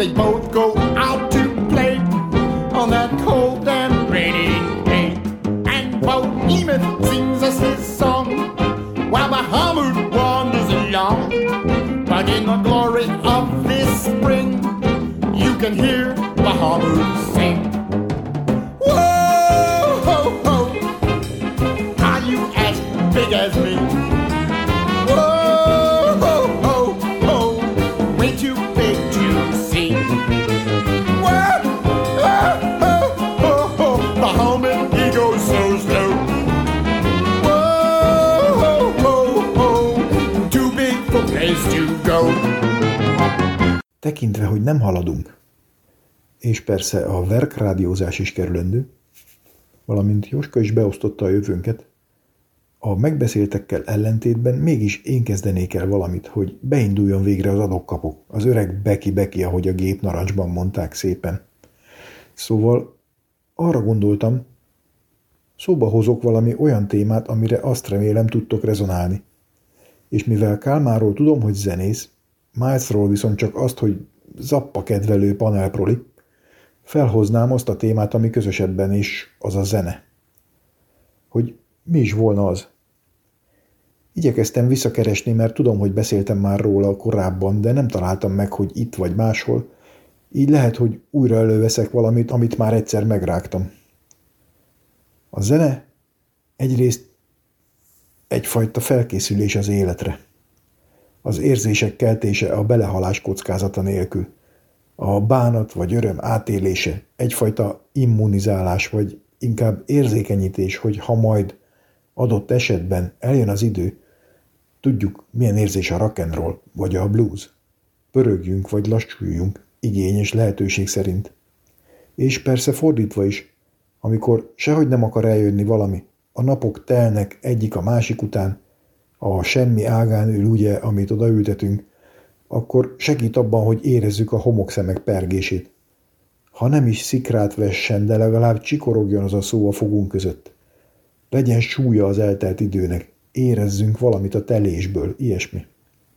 they both go out to play on that cold and rainy day. And Behemoth sings us his song while Bahamut wanders along. But in the glory of this spring, you can hear Bahamut sing. Whoa, ho, ho, are you as big as me? Whoa, ho, ho, ho, way too big to see. Whoa, ho, ho, ho, ho, Bahamut, he goes so slow. Whoa, ho, ho, ho, too big for place to go. Tekintve, hogy nem haladunk, és persze a verkrádiózás is kerülendő, valamint Jóska is beosztotta a jövőnket, a megbeszéltekkel ellentétben mégis én kezdenék el valamit, hogy beinduljon végre az adok-kapok, az öreg beki-beki, ahogy a Gép Narancsban mondták szépen. Szóval arra gondoltam, szóba hozok valami olyan témát, amire azt remélem tudtok rezonálni. És mivel Kálmánról tudom, hogy zenész, Milesról viszont csak azt, hogy Zappa kedvelő panelproli, felhoznám azt a témát, ami közösebben is, az a zene. Hogy mi is volna az? Igyekeztem visszakeresni, mert tudom, hogy beszéltem már róla korábban, de nem találtam meg, hogy itt vagy máshol. Így lehet, hogy újra előveszek valamit, amit már egyszer megrágtam. A zene egyrészt egyfajta felkészülés az életre. Az érzések keltése a belehalás kockázata nélkül. A bánat vagy öröm átélése egyfajta immunizálás, vagy inkább érzékenyítés, hogy ha majd adott esetben eljön az idő, tudjuk, milyen érzés a rock and roll, vagy a blues. Pörögjünk, vagy lassuljunk, igény és lehetőség szerint. És persze fordítva is, amikor sehogy nem akar eljönni valami, a napok telnek egyik a másik után, a semmi ágán ül ugye, amit odaültetünk, akkor segít abban, hogy érezzük a homokszemek pergését. Ha nem is szikrát vessen, de legalább csikorogjon az a szó a fogunk között. Legyen súlya az eltelt időnek, érezzünk valamit a telésből, ilyesmi.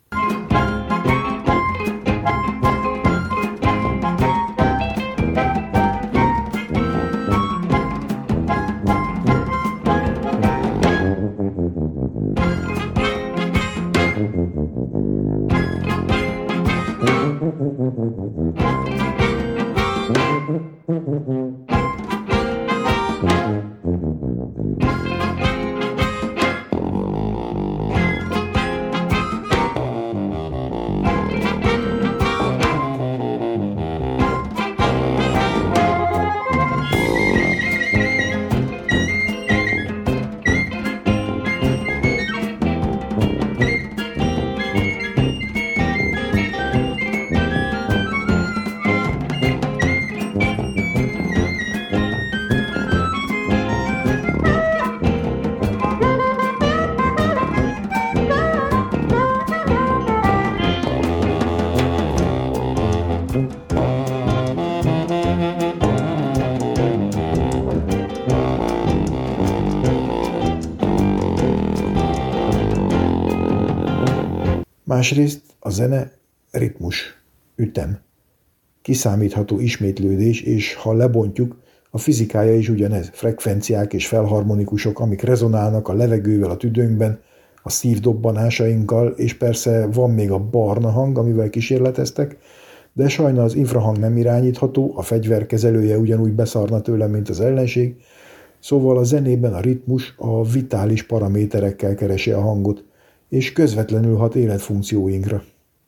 Másrészt a zene ritmus, ütem, kiszámítható ismétlődés, és ha lebontjuk, a fizikája is ugyanez, frekvenciák és felharmonikusok, amik rezonálnak a levegővel a tüdőnkben, a szívdobbanásainkkal, és persze van még a barna hang, amivel kísérleteztek, de sajna az infrahang nem irányítható, a fegyverkezelője ugyanúgy beszarna tőle, mint az ellenség, szóval a zenében a ritmus a vitális paraméterekkel keresi a hangot, és közvetlenül hat életfunkcióinkra.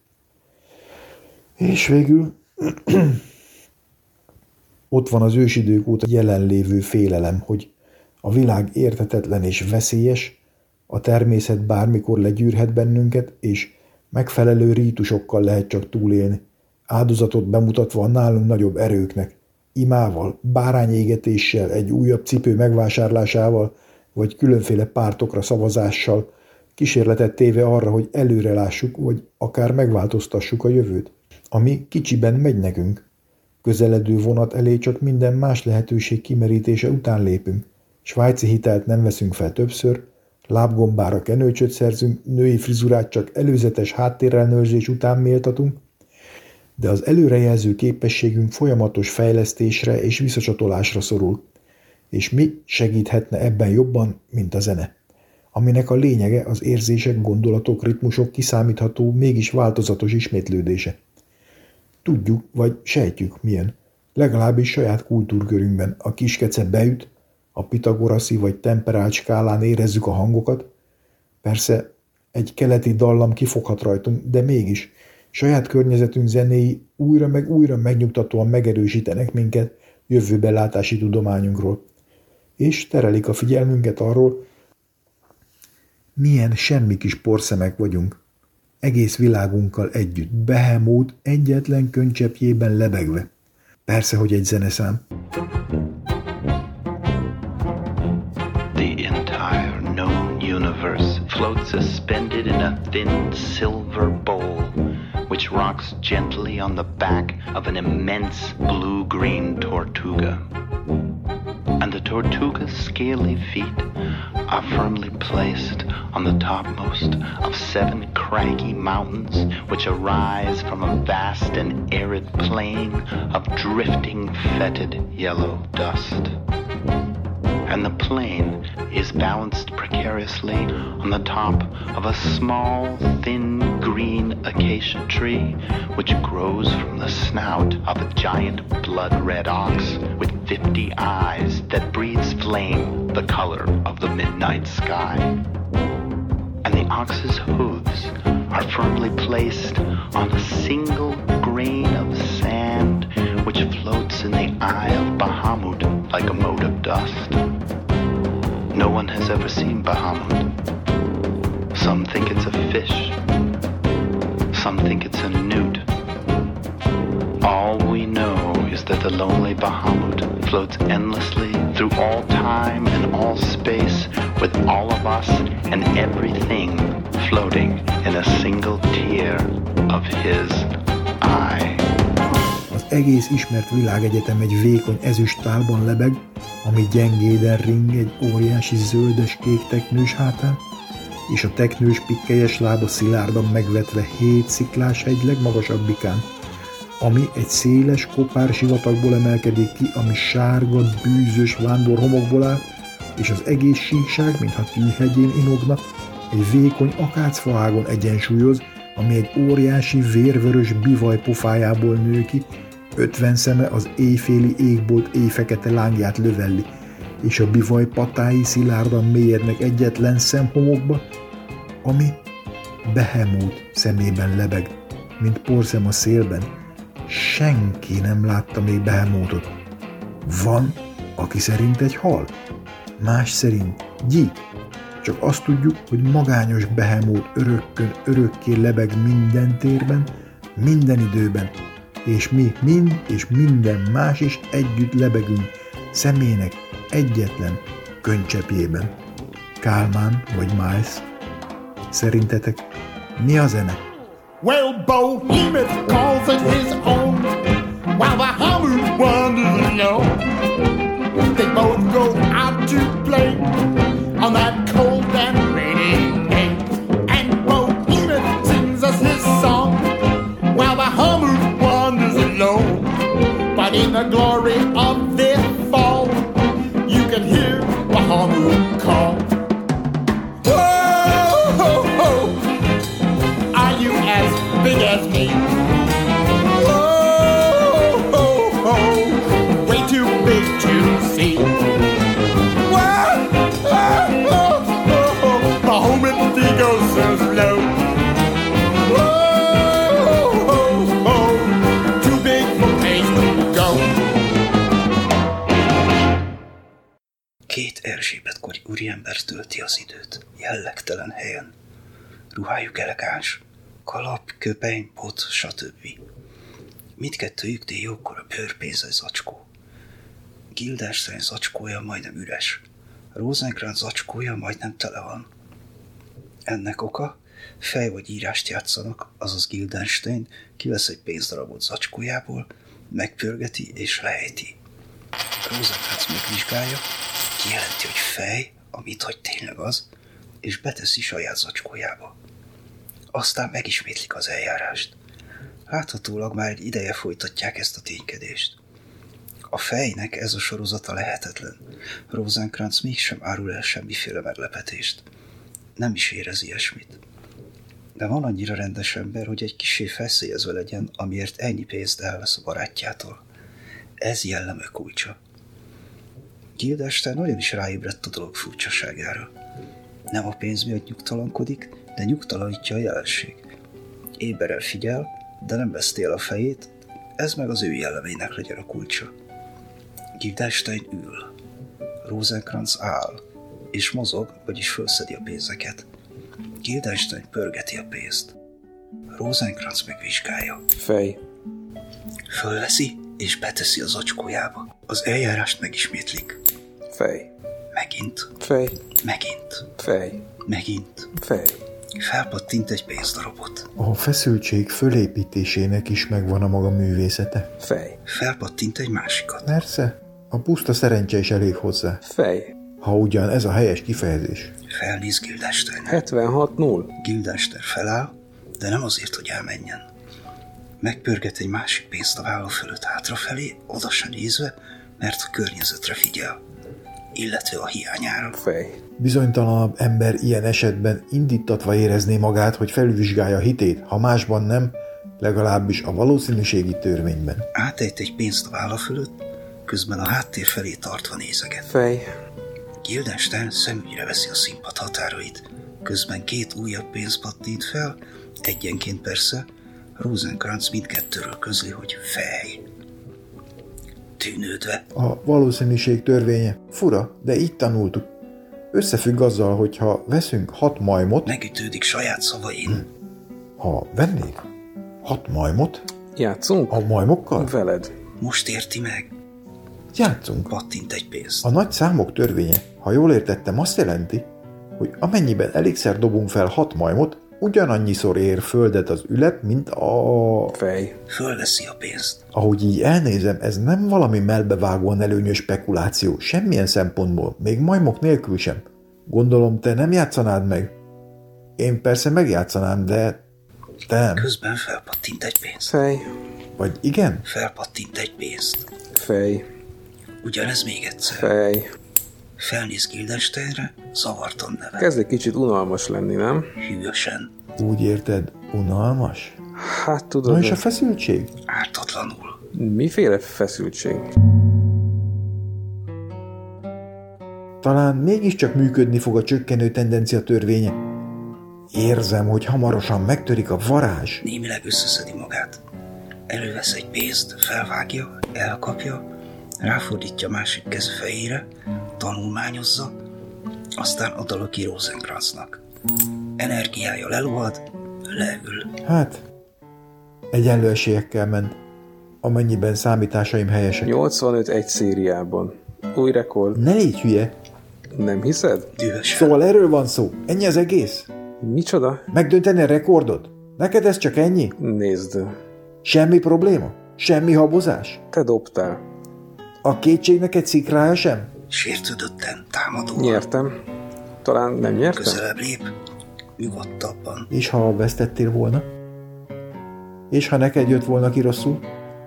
És végül ott van az ősidők óta jelenlévő félelem, hogy a világ érthetetlen és veszélyes, a természet bármikor legyűrhet bennünket, és megfelelő rítusokkal lehet csak túlélni, áldozatot bemutatva a nálunk nagyobb erőknek, imával, bárányégetéssel, egy újabb cipő megvásárlásával, vagy különféle pártokra szavazással, kísérletet téve arra, hogy előre lássuk, vagy akár megváltoztassuk a jövőt. Ami kicsiben megy nekünk. Közeledő vonat elé csak minden más lehetőség kimerítése után lépünk. Svájci hitelt nem veszünk fel többször, lábgombára kenőcsöt szerzünk, női frizurát csak előzetes háttérellenőrzés után méltatunk, de az előrejelző képességünk folyamatos fejlesztésre és visszacsatolásra szorul, és mi segíthetne ebben jobban, mint a zene, aminek a lényege az érzések, gondolatok, ritmusok kiszámítható, mégis változatos ismétlődése. Tudjuk, vagy sejtjük milyen, legalábbis saját kultúrkörünkben a kiskece beüt, a pitagoraszi vagy temperált skálán érezzük a hangokat. Persze egy keleti dallam kifoghat rajtunk, de mégis saját környezetünk zenéi újra meg újra megnyugtatóan megerősítenek minket jövőbelátási tudományunkról, és terelik a figyelmünket arról, milyen semmi kis porszemek vagyunk, egész világunkkal együtt, Behemoth egyetlen könycseppjében lebegve. Persze, hogy egy zeneszám. The entire known universe floats suspended in a thin silver bowl, which rocks gently on the back of an immense blue-green tortuga. And the tortuga's scaly feet are firmly placed on the topmost of 7 craggy mountains which arise from a vast and arid plain of drifting, fetid yellow dust. And the plain is balanced precariously on the top of a small, thin, green acacia tree which grows from the snout of a giant blood-red ox with 50 eyes that breathes flame the color of the midnight sky. And the ox's hooves are firmly placed on a single grain of sand which floats in the eye of Bahamut like a mote of dust. No one has ever seen Bahamut. Some think it's a fish. Some think it's a newt. All we know is that the lonely Bahamut floats endlessly through all time and all space with all of us and everything floating in a single tear of his eye. Az egész ismert világegyetem egy vékony ezüst tálban lebeg, ami gyengéden ring egy óriási zöldes-kék teknős hátán, és a teknős pikkelyes lába szilárdan megvetve 7 sziklás hegy legmagasabbikán, ami egy széles kopár sivatagból emelkedik ki, ami sárga, bűzös vándorhomokból áll, és az egész síkság, mintha tűhegyén inogna, egy vékony akácfaágon egyensúlyoz, ami egy óriási vérvörös bivaj pofájából nő ki, 50 szeme az éjféli égbolt éjfekete lángját lövelli, és a bivaj patái szilárdan mélyednek egyetlen szemhomokba, ami Behemoth szemében lebeg, mint porszem a szélben. Senki nem látta még Behemothot. Van, aki szerint egy hal, más szerint gyi. Csak azt tudjuk, hogy magányos Behemoth örökkön örökké lebeg minden térben, minden időben, és mi mind és minden más is együtt lebegünk szemének egyetlen könycseppjében. Kálmán vagy Miles, szerintetek mi a zene? Well, Behemoth calls it his own, while Bahamut wanders alone. They both go out to play on that cold and rainy day, and Behemoth sings us his song, while Bahamut wanders alone. But in the glory of their fall, you can hear Bahamut call. Big as me. Oh, oh, oh, way too big to see. Whoa, oh, oh, oh, Bahamut, he goes so slow. Whoa, oh, oh, too big for pace to go. Két Erzsébet-kori úriember tölti az időt, jellegtelen helyen. Ruhájuk elegáns, kalap, köpeny, bot, stb. Mindkettőjük jókora bőrpénzes zacskó. Guildenstern zacskója majdnem üres. Rosenkrantz zacskója majdnem tele van. Ennek oka, fej vagy írást játszanak, azaz Guildenstern kivesz egy pénzdarabot zacskójából, megpörgeti és lejti. Rosenkrantz megvizsgálja, kijelenti, hogy fej, amit hogy tényleg az, és beteszi saját zacskójába. Aztán megismétlik az eljárást. Láthatólag már egy ideje folytatják ezt a ténykedést. A fejnek ez a sorozata lehetetlen. Rosenkrantz mégsem árul el semmiféle meglepetést. Nem is érez ilyesmit. De van annyira rendes ember, hogy egy kissé feszélyezve legyen, amiért ennyi pénzt elvesz a barátjától. Ez jelleme kulcsa. Guildhallster nagyon is ráébredt a dolog furcsaságára. Nem a pénz miatt nyugtalankodik, de nyugtalanítja a jelenség. Éberrel figyel, de nem veszti el a fejét, ez meg az ő jellemének legyen a kulcsa. Guildhallster ül. Rosenkrantz áll, és mozog, vagyis fölszedi a pénzeket. Guildhallster pörgeti a pénzt. Rosenkrantz megvizsgálja. Fej. Fölveszi, és beteszi a zacskójába. Az eljárást megismétlik. Fej. Megint. Fej. Megint. Fej. Megint. Fej. Felpattint egy pénzdarabot. A feszültség fölépítésének is megvan a maga művészete. Fej. Felpattint egy másikat. Persze, a puszta szerencse is elég hozzá. Fej. Ha ugyan ez a helyes kifejezés. Felnéz Guildhallsternek. 76-0. Guildhallster feláll, de nem azért, hogy elmenjen. Megpörget egy másik pénzt a válla fölött hátrafelé, oda se nézve, mert a környezetre figyel, illetve a hiányára. Fej. Bizonytalanabb ember ilyen esetben indítatva érezné magát, hogy felvizsgálja a hitét, ha másban nem, legalábbis a valószínűségi törvényben. Átejt egy pénzt a válla fölött, közben a háttér felé tartva nézeget. Fej. Guildhallster szemügyre veszi a színpad határait, közben 2 újabb pénz pattint fel, egyenként persze. Rosenkrantz mindkettőről közli, hogy fej. Tűnődve. A valószínűség törvénye fura, de így tanultuk. Összefügg azzal, hogy ha veszünk 6 majmot, Megütődik saját szavain. ha vennék 6 majmot, Játszunk? a majmokkal Veled. Most érti meg. játszunk. Pattint egy pénzt. A nagy számok törvénye, ha jól értettem, azt jelenti, hogy amennyiben elégszer dobunk fel 6 majmot, ugyanannyiszor ér földet az ület, mint a... Fej. Fölveszi a pénzt. Ahogy így elnézem, ez nem valami melbevágóan előnyös spekuláció, semmilyen szempontból, még majmok nélkül sem. Gondolom, te nem játszanád meg. Én persze megjátszanám, de te nem. Közben felpattint egy pénzt. Fej. Vagy igen? Felpattint egy pénzt. Fej. Ugyanez még egyszer. Fej. Felnéz Guildhallsterre, zavartan nevet. Kezd egy kicsit unalmas lenni, nem? Hűvösen. Úgy érted, unalmas? Hát tudod, Na és a feszültség? Ártatlanul. miféle feszültség? Talán mégiscsak működni fog a csökkenő tendencia törvénye. Érzem, hogy hamarosan megtörik a varázs. Némileg összeszedi magát. Elővesz egy pénzt, felvágja, elkapja, ráfordítja másik keze fejére, tanulmányozza, aztán odalöki Rosenkrantznak. Energiája leluhad, leül. Hát, egyenlő esélyekkel ment, amennyiben számításaim helyesek. 85 szériában. Új rekord. Ne légy hülye! Nem hiszed? Dühösen. Szóval erről van szó. Ennyi az egész? Micsoda? Megdönteni a rekordot? Neked ez csak ennyi? Nézd. Semmi probléma? Semmi habozás? Te dobtál. A kétségnek egy szikrája sem? Sértődötten, támadóan. Nyertem. Talán nem nyertem? Közelebb lép, nyugodtabban. És ha vesztettél volna? És ha neked jött volna ki rosszul?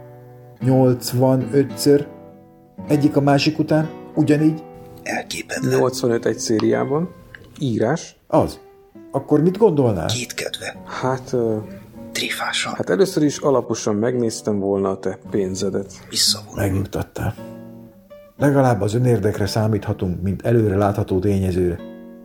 85-ször? Egyik a másik után? Ugyanígy? Elképedve, 85 szériában. Írás. Az. Akkor mit gondolnál? kétkedve, Hát, tréfásan, hát először is alaposan megnéztem volna a te pénzedet. visszavonul. Megnyugtattál. Legalább az önérdekre számíthatunk, mint előre látható tényezőre.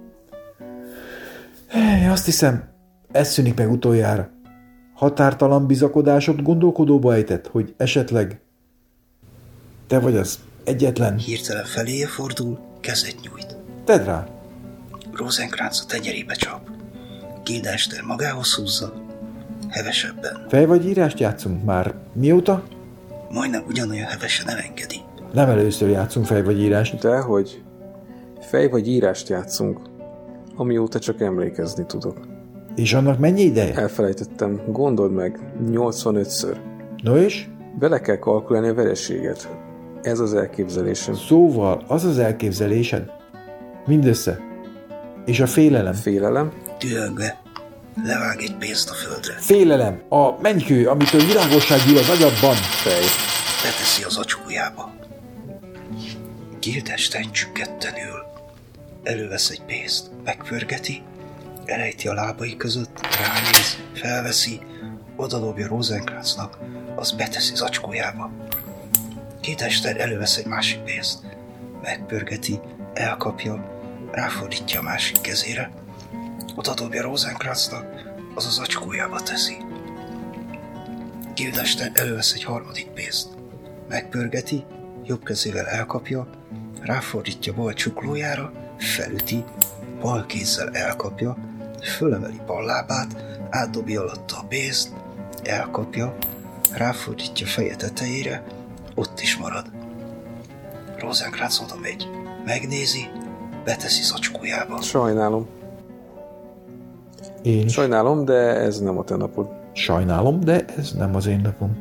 Azt hiszem, ez szűnik meg utoljára. Határtalan bizakodásod gondolkodóba ejtett, hogy esetleg te vagy az egyetlen. Hirtelen feléje fordul, kezet nyújt. Tedd rá! Rosenkrantz a tenyerébe csap. Guildhallster magához húzza, hevesebben. Fej vagy írást játszunk már. Mióta? Majdnem ugyanolyan hevesen elengedi. Nem először játszunk fej vagy írást. Dehogy. Fej vagy írást játszunk, amióta csak emlékezni tudok. És annak mennyi ideje? Elfelejtettem, gondold meg, 85-ször. No és? Bele kell kalkulálni a vereséget. Ez az elképzelésem. Szóval az az elképzelésed? Mindössze. És a félelem? Félelem? Dühöngve, levág egy pénzt a földre. Félelem, a mennykő, amitől világosság gyűl az agyadban. Fej. Beteszi az acskójába. Gildenstein csükketten ül. Elővesz egy pénzt, megpörgeti, elejti a lábai között, ránéz, felveszi, odadobja Rosenkranznak, az beteszi az acskójába. Gildenstein elővesz egy másik pénzt, megpörgeti, elkapja, ráfordítja a másik kezére, odadobja Rosenkranznak, az az acskójába teszi. Gildenstein elővesz egy harmadik pénzt, megpörgeti, jobb kezével elkapja, ráfordítja bal csuklójára, felüti, bal kézzel elkapja, fölemeli bal lábát, átdobja alatta a pénzt, elkapja, ráfordítja feje tetejére, ott is marad. Rosenkranz oda megy, megnézi, beteszi zacskójába. Sajnálom. Én is. Sajnálom, de ez nem a te napod. Sajnálom, de ez nem az én napom.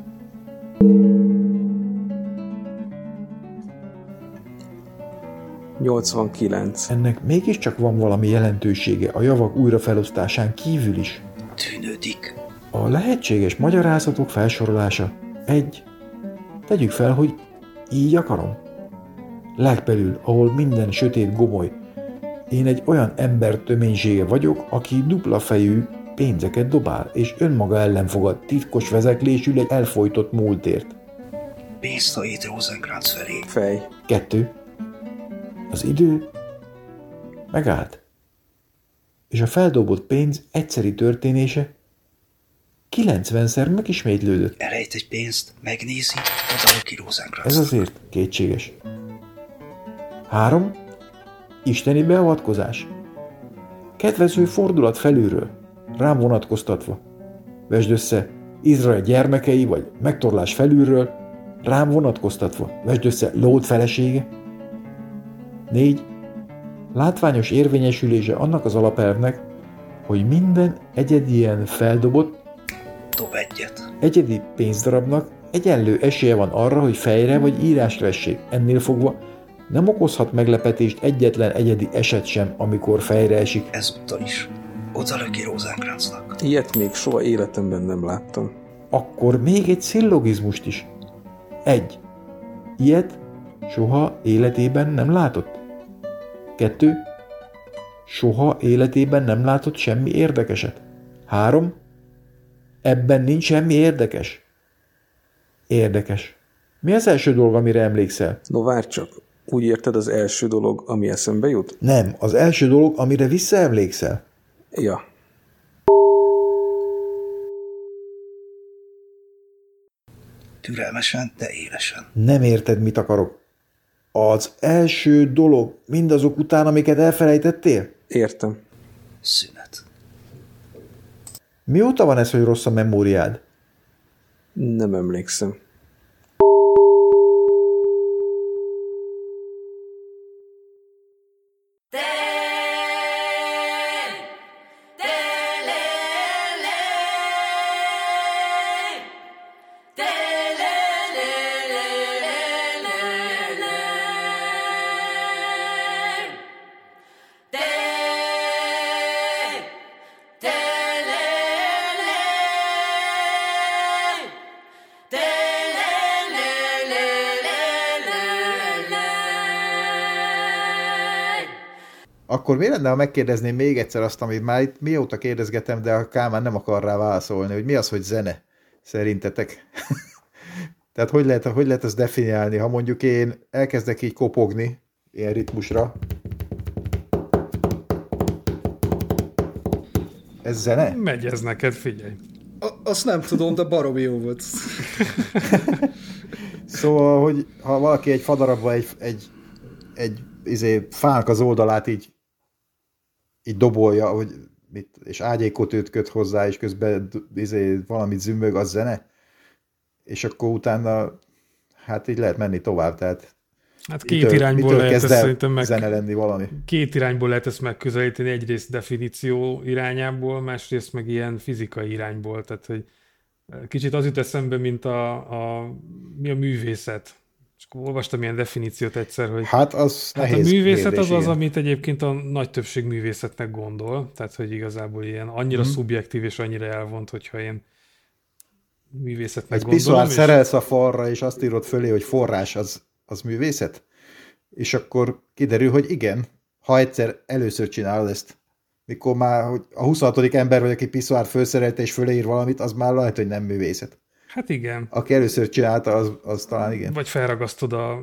...89. Ennek mégiscsak van valami jelentősége a javak újrafelosztásán kívül is. Tűnődik. A lehetséges magyarázatok felsorolása. 1. Tegyük fel, hogy így akarom. Legfelül, ahol minden sötét gomoly. Én egy olyan ember töménysége vagyok, aki dupla fejű pénzeket dobál, és önmaga ellen fogad titkos vezeklésül egy elfojtott múltért. Pénzt hajít Rosenkranz felé. Fej. 2. Az idő megállt, és a feldobott pénz egyszeri történése 90-szer megismétlődött. Elejt egy pénzt, megnézi, odalöki Rosenkranz. Ez azért kétséges. 3. Isteni beavatkozás. Kedvező fordulat felülről, rám vonatkoztatva. Vesd össze Izrael gyermekei, vagy megtorlás felülről, rám vonatkoztatva. Vesd össze Lót felesége. 4. Látványos érvényesülése annak az alapelvnek, hogy minden egyedien feldobott Dob egyet. egyedi pénzdarabnak egyenlő esélye van arra, hogy fejre vagy írásra essék. Ennél fogva nem okozhat meglepetést egyetlen egyedi eset sem, amikor fejre esik. Ezúttal is. Odalöki Rosenkranznak. Ilyet még soha életemben nem láttam. Akkor még egy szillogizmust is. 1. Ilyet soha életében nem látott. 2. Soha életében nem látott semmi érdekeset. 3. Ebben nincs semmi érdekes. Érdekes. Mi az első dolog, amire emlékszel? No várj csak, úgy érted az első dolog, ami eszembe jut? Nem, az első dolog, amire visszaemlékszel. Ja. Türelmesen, de élesen. Nem érted, mit akarok. Az első dolog mindazok után, amiket elfelejtettél? Értem. Szünet. Mióta van ez, hogy rossz a memóriád? Nem emlékszem. Akkor mi lenne, ha megkérdezném még egyszer azt, amit már itt mióta kérdezgetem, de a Kálmán nem akar rá válaszolni, hogy mi az, hogy zene, szerintetek? Tehát hogy lehet ezt definiálni, ha mondjuk én elkezdek így kopogni, ilyen ritmusra. Ez zene? Megy ez neked, figyelj. Azt nem tudom, de baromi jó volt. Szóval, hogy ha valaki egy fadarabba egy fának az oldalát így dobolja, hogy és ágyékot köt hozzá, és közben valamit zümmög, az zene, és akkor utána hát így lehet menni tovább, tehát Hát két irányból lehet ezt szerintem zene lenni valami. Két irányból lehet ezt megközelíteni, egyrészt definíció irányából, másrészt meg ilyen fizikai irányból, tehát hogy kicsit az jut eszembe, mint mi a művészet. És akkor olvastam ilyen definíciót egyszer, hogy Hát az hát nehéz a művészet kérdés, az, igen. amit egyébként a nagy többség művészetnek gondol, tehát hogy igazából ilyen annyira szubjektív és annyira elvont, hogyha én művészetnek Egy gondolom. piszoár és- szerelsz a falra, és azt írod fölé, hogy forrás, az művészet? És akkor kiderül, hogy igen, ha egyszer először csinálod ezt, mikor már hogy a 26. ember vagy, aki piszoárt felszerelte és föléír valamit, az már lehet, hogy nem művészet. Hát igen. Aki először csinálta, az talán igen. Vagy felragasztod a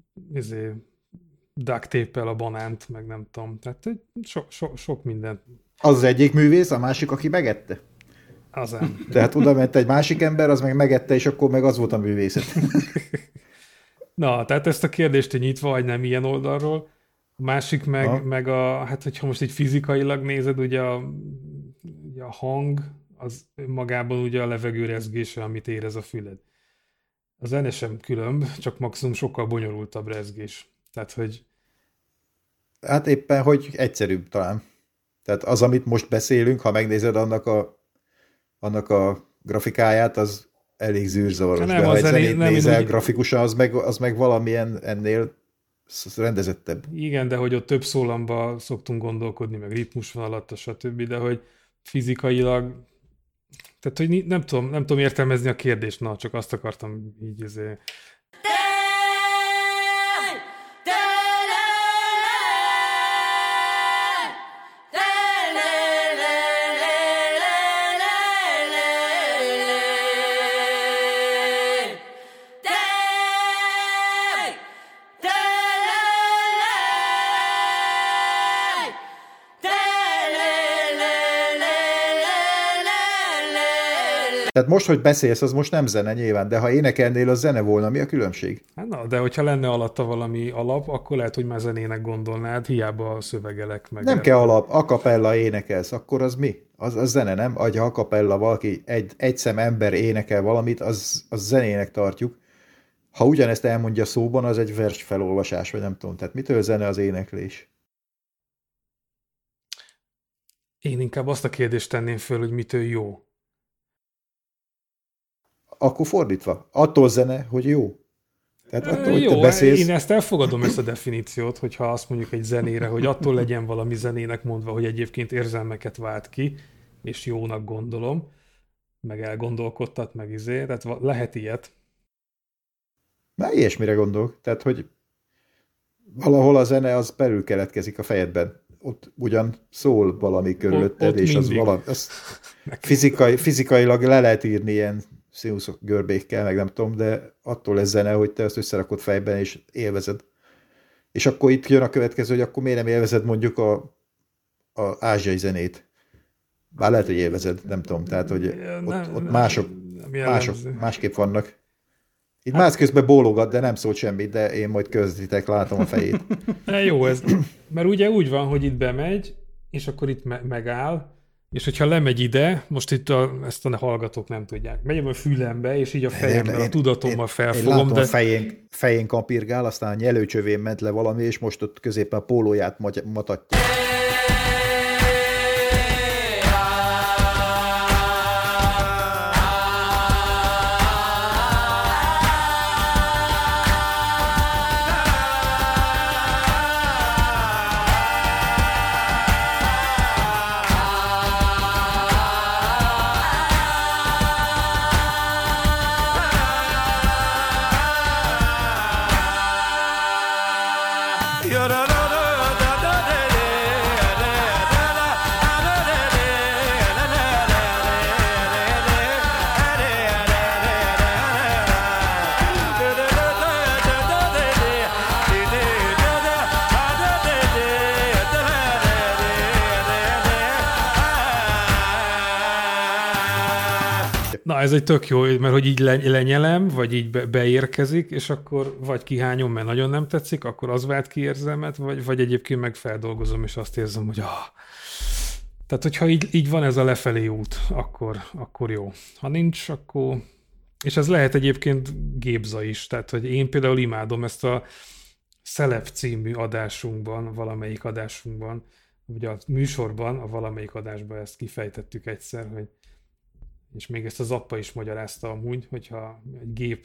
duct tape-el a banánt, meg nem tudom. Tehát sok mindent. Az egyik művész, a másik, aki megette. Azán. Tehát oda ment egy másik ember, az meg megette, és akkor meg az volt a művészet. Na, tehát ezt a kérdést nyitva, vagy nem ilyen oldalról. A másik meg hát hogyha most így fizikailag nézed, ugye a hang, az magában ugye a levegő rezgése, amit érez a füled. A zene sem különb, csak maximum sokkal bonyolultabb rezgés. Tehát, hogy Hát éppen, hogy egyszerűbb talán. Tehát az, amit most beszélünk, ha megnézed annak a grafikáját, az elég zűrzavaros. Nem, de ha a egy zené- zenét nem, nézel én úgy- grafikusan, az meg valamilyen ennél rendezettebb. igen, de hogy ott több szólamba szoktunk gondolkodni, meg ritmus van alatt, stb., de hogy fizikailag, tehát hogy nem tudom értelmezni a kérdést, na, csak azt akartam így Tehát most, hogy beszélsz, az most nem zene nyilván, de ha énekelnél, az zene volna, mi a különbség? hát na, de hogyha lenne alatta valami alap, akkor lehet, hogy már zenének gondolnád, hiába szövegelek meg. Nem kell alap, a cappella énekelsz, akkor az mi? Az zene, nem? Ha a cappella valaki, egy szem ember énekel valamit, az zenének tartjuk. Ha ugyanezt elmondja szóban, az egy vers felolvasás, vagy nem tudom. Tehát mitől zene az éneklés? Én inkább azt a kérdést tenném föl, hogy mitől jó. Akkor fordítva. Attól zene, hogy jó. Tehát attól, hogy Jó, te beszélsz... én ezt elfogadom, ezt a definíciót, hogyha azt mondjuk egy zenére, hogy attól legyen valami zenének mondva, hogy egyébként érzelmeket vált ki, és jónak gondolom, meg elgondolkodtat, meg tehát lehet ilyet. Már ilyesmire gondolok. Tehát, hogy valahol a zene az belül keletkezik a fejedben. Ott ugyan szól valami körülötted, ott és az mindig. valami... Az fizikailag le lehet írni ilyen színuszok görbékkel, meg nem tudom, de attól lesz zene, hogy te ezt összerakod fejben, és élvezed. És akkor itt jön a következő, hogy akkor miért nem élvezed mondjuk a ázsiai zenét. Bár lehet, hogy élvezed, nem tudom, tehát, hogy ott másképp vannak. Itt más közben bólogat, de nem szólt semmit, de én majd közvetítek, látom a fejét. Jó ez, mert ugye úgy van, hogy itt bemegy, és akkor itt megáll, és hogyha lemegy ide, most itt ezt a hallgatók nem tudják. Megyem a fülembe, és így a fejemben, a tudatommal felfogom. Én látom, a fején kapirgál, aztán a nyelőcsövén ment le valami, és most ott középen a pólóját matatja. Na, ez egy tök jó, mert hogy így lenyelem, vagy így beérkezik, és akkor vagy kihányom, mert nagyon nem tetszik, akkor az vált ki érzelmet, vagy egyébként meg feldolgozom, és azt érzem, hogy Tehát, hogyha így van ez a lefelé út, akkor jó. Ha nincs, akkor... És ez lehet egyébként gépza is. Tehát, hogy én például imádom ezt a Szelep című adásunkban, valamelyik adásunkban, ugye a műsorban, a valamelyik adásban ezt kifejtettük egyszer, hogy és még ezt az appa is magyarázta amúgy, hogyha egy gép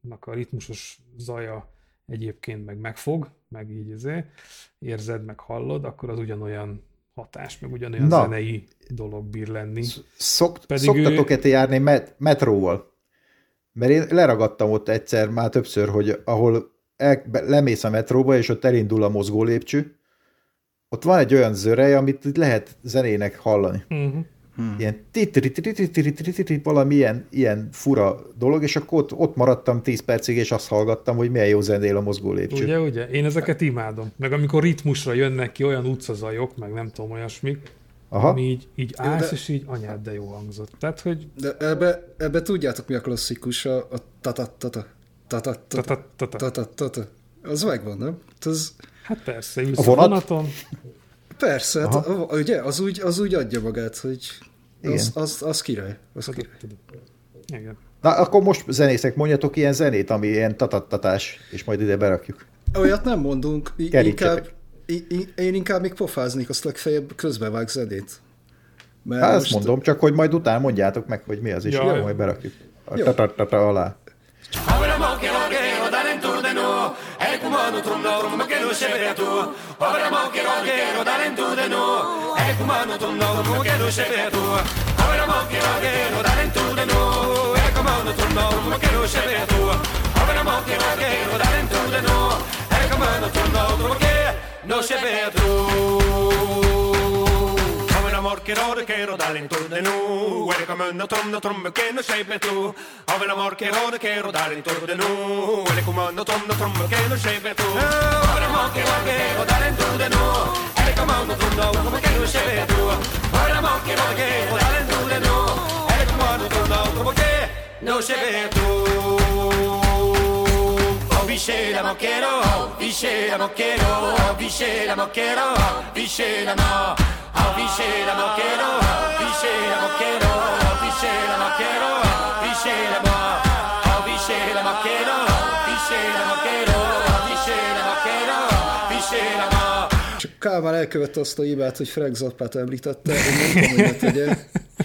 a ritmusos zaja egyébként meg megfog, meg így érzed, meg hallod, akkor az ugyanolyan hatás, meg ugyanolyan zenei dolog bír lenni. Szoktatok-e te járni metróval? Mert én leragadtam ott egyszer, már többször, hogy ahol lemész a metróba, és ott elindul a mozgó lépcső, ott van egy olyan zörej, amit lehet zenének hallani. Ilyen valami ilyen fura dolog, és akkor ott maradtam 10 percig, és azt hallgattam, hogy milyen jó zenél a mozgó lépcső. Ugye? Én ezeket imádom. Meg amikor ritmusra jönnek ki olyan utcazajok, meg nem tudom, olyasmik, ami így állsz, és így anyád, de jó hangzott. Tehát, hogy... De ebbe tudjátok, mi a klasszikus? A tata-tata. Tata-tata. Az megvan, nem? Hát persze, ülsz a vonaton. Persze, ugye, az úgy adja magát, hogy az király. Igen. Na, akkor most zenészek, mondjatok ilyen zenét, ami ilyen tatattatás, és majd ide berakjuk. Olyat nem mondunk, én inkább még pofáznék, azt legfeljebb közbevág zenét. Hát azt mondom, csak hogy majd utána mondjátok meg, hogy mi az, és jó, majd berakjuk. A tatatata alá. Quiero darle en tu de nu, huele como una tromba que no sepa tú. A ver amor quiero darle en tu de nu, huele como una tromba que no sepa tú. A ver amor quiero darle en tu de nu, huele como una tromba que no sepa tú. A ver amor quiero darle en tu de nu, huele como una tromba que no sepa tú. Vicela moquero, vicela moquero, vicela moquero, vicela no. Vicela moquero, vicela moquero, vicela moquero, vicela mo. Vicela moquero, vicela moquero, vicela moquero, vicela mo. Csak Kálmán elkövette azt a hibát, hogy Frank Zappát említette, én nem tudom, hogy tegye.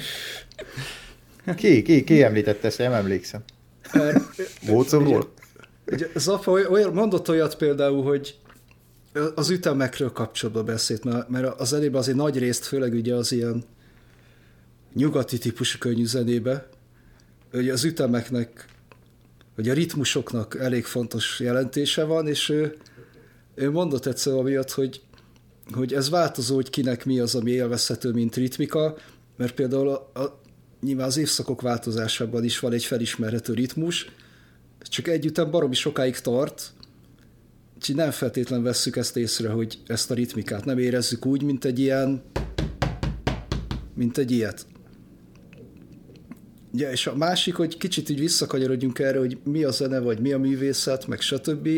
Ki említette ezt? Nem emlékszem. Mócomról? Zappa mondott olyat például, hogy az ütemekről kapcsolatban beszélt, mert az elében azért nagy részt, főleg ugye az ilyen nyugati típusú könnyű zenébe, hogy az ütemeknek, vagy a ritmusoknak elég fontos jelentése van, és ő mondott egyszer amiatt, hogy ez változó, hogy kinek mi az, ami élvezhető, mint ritmika, mert például nyilván az évszakok változásában is van egy felismerhető ritmus, csak egy ütem baromi sokáig tart, úgyhogy nem feltétlen vesszük ezt észre, hogy ezt a ritmikát nem érezzük úgy, mint egy ilyet. Ja, és a másik, hogy kicsit így visszakanyarodjunk erre, hogy mi a zene, vagy mi a művészet, meg stb.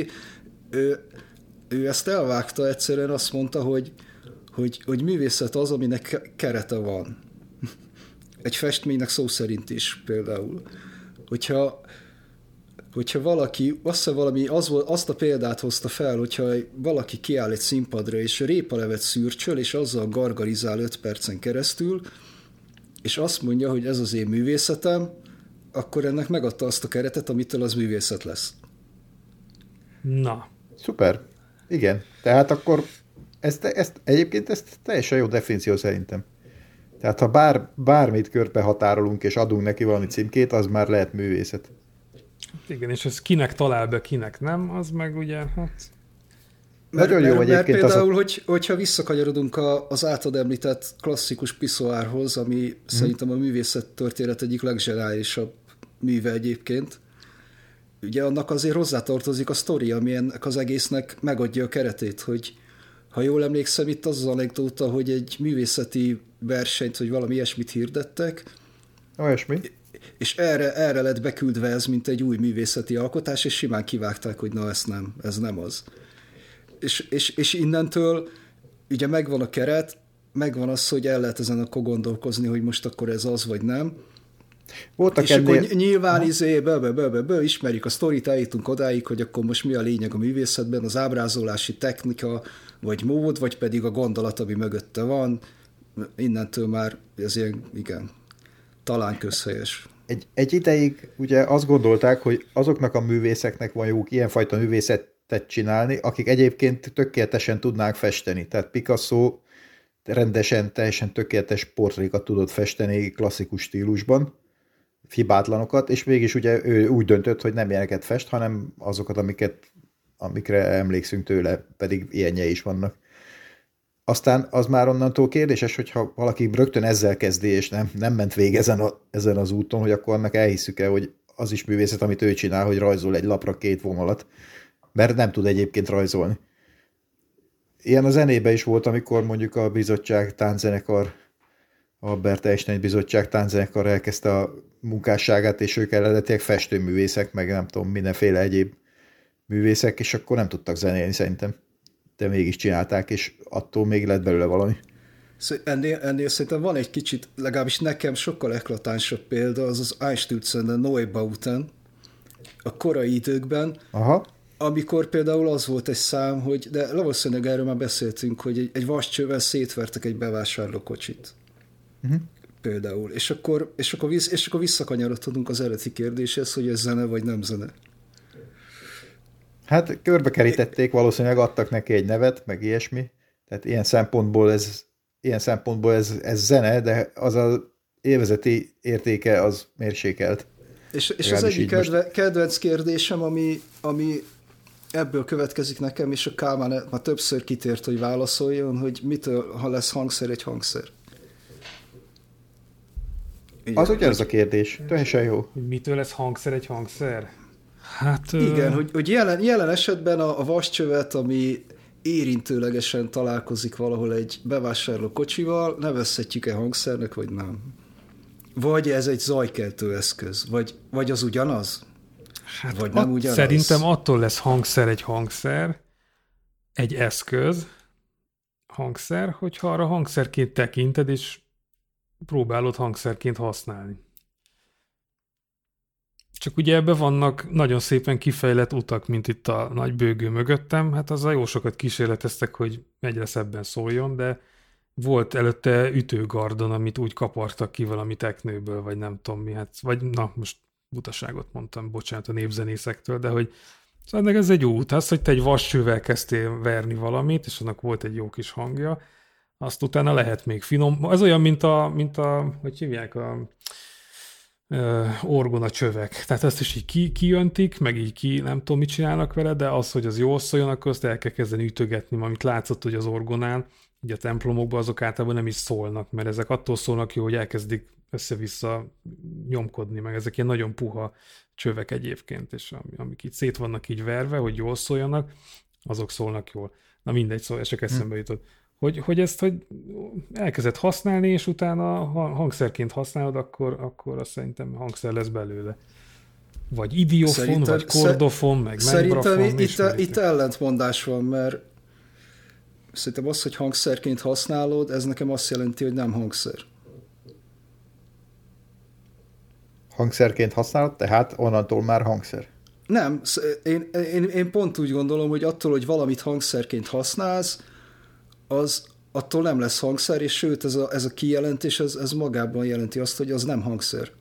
Ő ezt elvágta, egyszerűen azt mondta, hogy művészet az, aminek kerete van. Egy festménynek szó szerint is például. Hogyha valaki, azt a példát hozta fel, hogyha valaki kiáll egy színpadra, és répalevet szürcsöl, és azzal gargarizál 5 percen keresztül, és azt mondja, hogy ez az én művészetem, akkor ennek megadta azt a keretet, amitől az művészet lesz. Na. Szuper. Igen. Tehát akkor egyébként ez teljesen jó definíció szerintem. Tehát ha bármit körbe határolunk, és adunk neki valami címkét, az már lehet művészet. Igen, és ez kinek talál be, kinek nem, az meg ugye, hát... Nagyon jó mert például, hogyha visszakanyarodunk az általad említett klasszikus piszoárhoz, ami szerintem a művészet történet egyik legzsenálisabb műve egyébként, ugye annak azért hozzátartozik a sztori, ami ennek az egésznek megadja a keretét, hogy ha jól emlékszem, itt az anekdóta, hogy egy művészeti versenyt, vagy valami ilyesmit hirdettek. Olyasmi. És erre lett beküldve ez, mint egy új művészeti alkotás, és simán kivágták, hogy na, ez nem az. És innentől ugye megvan a keret, megvan az, hogy el lehet ezen akkor gondolkozni, hogy most akkor ez az, vagy nem. Voltak és akkor nyilván ismerjük a sztorit, eljutunk odáig, hogy akkor most mi a lényeg a művészetben, az ábrázolási technika, vagy mód, vagy pedig a gondolat, ami mögötte van. Innentől már ez ilyen, igen, talán közhelyes. egy ideig ugye azt gondolták, hogy azoknak a művészeknek van jók ilyenfajta művészetet csinálni, akik egyébként tökéletesen tudnák festeni. Tehát Picasso rendesen, teljesen tökéletes portrékat tudott festeni klasszikus stílusban, hibátlanokat, és mégis ugye ő úgy döntött, hogy nem ilyeneket fest, hanem azokat, amikre emlékszünk tőle, pedig ilyenjei is vannak. Aztán az már onnantól kérdéses, hogyha valaki rögtön ezzel kezdi, és nem ment végig ezen az úton, hogy akkor annak elhisszük-e, hogy az is művészet, amit ő csinál, hogy rajzol egy lapra 2 vonalat, mert nem tud egyébként rajzolni. Ilyen a zenében is volt, amikor mondjuk a bizottság tánczenekar, Albert Einstein bizottság tánczenekar elkezdte a munkásságát, és ők eredetileg festőművészek, meg nem tudom, mindenféle egyéb művészek, és akkor nem tudtak zenélni szerintem. De mégis csinálták, és attól még lett belőle valami. Ennél szerintem van egy kicsit, legalábbis nekem sokkal eklatánsabb példa, az az Einstürzen Neubauten a korai időkben, Aha. amikor például az volt egy szám, hogy, de valószínűleg erről már beszéltünk, hogy egy vascsővel szétvertek egy bevásárlókocsit. Például. És akkor visszakanyarodhatunk az eredeti kérdéshez, hogy ez zene vagy nem zene. Hát körbekerítették, valószínűleg adtak neki egy nevet, meg ilyesmi. Tehát ilyen szempontból ez zene, de az az élvezeti értéke az mérsékelt. És az egyik kedvenc kérdésem, ami ebből következik nekem, és a Kálmán már többször kitért, hogy válaszoljon, hogy mitől, ha lesz hangszer, egy hangszer. Igen. Az ugyanaz a kérdés. Teljesen jó. Mitől lesz hangszer egy hangszer? Hát... Igen, hogy jelen esetben a vascsövet, ami érintőlegesen találkozik valahol egy bevásárló kocsival, nevezhetjük-e hangszernek, vagy nem? Vagy ez egy zajkeltő eszköz? Vagy az ugyanaz? Hát vagy nem ugyanaz? Szerintem attól lesz hangszer egy hangszer, egy eszköz, hangszer, hogyha arra hangszerként tekinted, és próbálod hangszerként használni. Csak ugye ebben vannak nagyon szépen kifejlett utak, mint itt a nagy bőgő mögöttem, hát azzal jó sokat kísérleteztek, hogy egyre szebben szóljon, de volt előtte ütőgardon, amit úgy kapartak ki valami teknőből, vagy nem tudom mi, hát, vagy na, most butaságot mondtam, bocsánat a népzenészektől, de hogy szóval ez egy jó út, az, hogy te egy vascsővel kezdtél verni valamit, és annak volt egy jó kis hangja, azt utána lehet még finom. Ez olyan, mint a hogy hívják, a orgona csövek. Tehát ezt is így kijöntik, meg így nem tudom, mit csinálnak vele, de az, hogy az jól szóljon, akkor azt el kell kezdeni ütögetni, amit látszott, hogy az orgonán, ugye a templomokban azok általában nem is szólnak, mert ezek attól szólnak jó, hogy elkezdik össze-vissza nyomkodni, meg ezek ilyen nagyon puha csövek egyébként, és amik itt szét vannak így verve, hogy jól szóljanak, azok szólnak jól. Na mindegy, szóval ez csak eszembe jutott. Hogy ezt, hogy elkezded használni, és utána hangszerként használod, akkor azt szerintem hangszer lesz belőle. Vagy idiofon, vagy kordofon, meg membrafon. Szerintem itt ellentmondás van, mert szerintem az, hogy hangszerként használod, ez nekem azt jelenti, hogy nem hangszer. Hangszerként használod, tehát onnantól már hangszer. Nem, én pont úgy gondolom, hogy attól, hogy valamit hangszerként használsz, az attól nem lesz hangszer, és sőt, ez a kijelentés, ez magában jelenti azt, hogy az nem hangszer.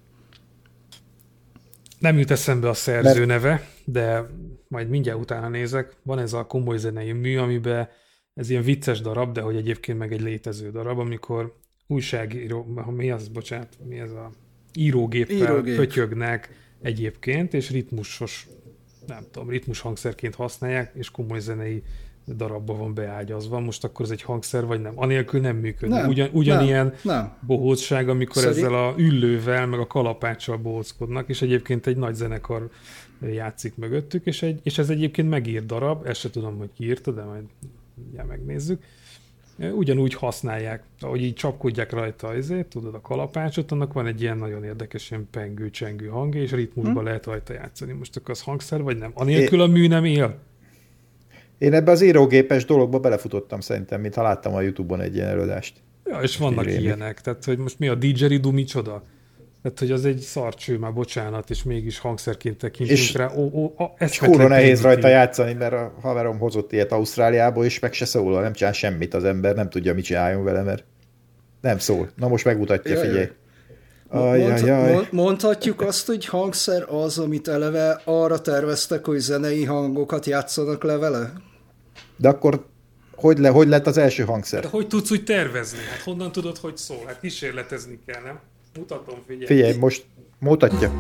Nem jut eszembe a szerző neve, de majd mindjárt utána nézek. Van ez a komoly zenei mű, amiben ez ilyen vicces darab, de hogy egyébként meg egy létező darab, amikor újságíró, mi ez a írógéppel pötyögnek egyébként, és ritmusos, nem tudom, ritmus hangszerként használják, és komoly zenei darabba van beágyazva. Most akkor ez egy hangszer, vagy nem? Anélkül nem működik. Ugyanilyen bohócság, amikor ezzel a üllővel, meg a kalapáccsal bohóckodnak, és egyébként egy nagy zenekar játszik mögöttük, és ez egyébként megírt darab, ezt se tudom, hogy ki írta, de majd megnézzük. Ugyanúgy használják, ahogy így csapkodják rajta tudod, a kalapácsot, annak van egy ilyen nagyon érdekes, ilyen pengő-csengő hangja, és ritmusban lehet rajta játszani. Most akkor az hangszer, vagy nem? Anélkül a mű nem él? Én ebbe az írógépes dologba belefutottam szerintem, mintha láttam a YouTube-on egy ilyen előadást. Ja, és vannak ilyenek. Tehát, hogy most mi a didgeridoo micsoda? Tehát, hogy az egy szarcső, már bocsánat, és mégis hangszerként tekintünk rá. És kurva nehéz rajta játszani, mert a haverom hozott ilyet Ausztráliából, és meg se szól, nem csinál semmit az ember, nem tudja, mit csináljon vele, mert nem szól. Na most megmutatja, figyelj. Mondhatjuk azt, hogy hangszer az, amit eleve arra terveztek, hogy zenei hangokat játszanak le vele? De akkor hogy lett az első hangszer? De hogy tudsz úgy tervezni? Hát honnan tudod, hogy szól? Hát kísérletezni kell, nem? Mutatom, figyelj. Figyelj, most mutatja.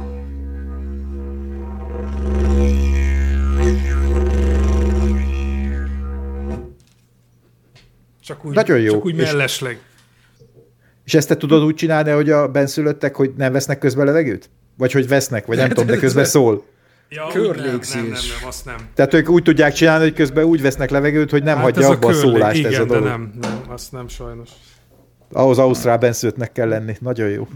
Csak úgy, nagyon jó. Csak úgy mellesleg. És ezt te tudod úgy csinálni, hogy a benszülöttek, hogy nem vesznek közben levegőt? Vagy hogy vesznek, vagy nem tudom, de közben szól. Ja, körlégzés. nem, azt nem. Tehát ők úgy tudják csinálni, hogy közben úgy vesznek levegőt, hogy nem hagyja abba a szólást igen, ez a dolog. De nem, azt nem sajnos. Ahhoz ausztrál benszülöttnek kell lenni. Nagyon jó.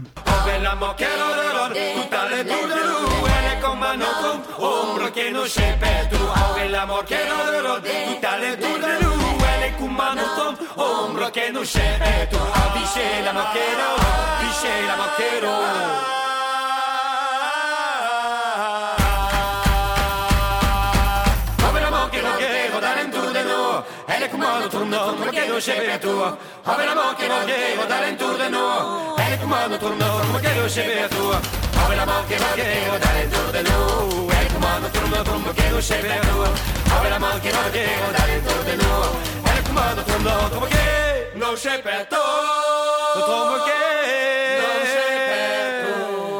Come che non c'è tu, ave la mo che non devo dare in tu de no, e comando torno come che non c'è tu, ave la mo che non devo dare in tu de no, e comando torno come che non c'è tu, ave la mo che non devo dare in tu de no, e comando torno come che non c'è tu, come che non c'è tu,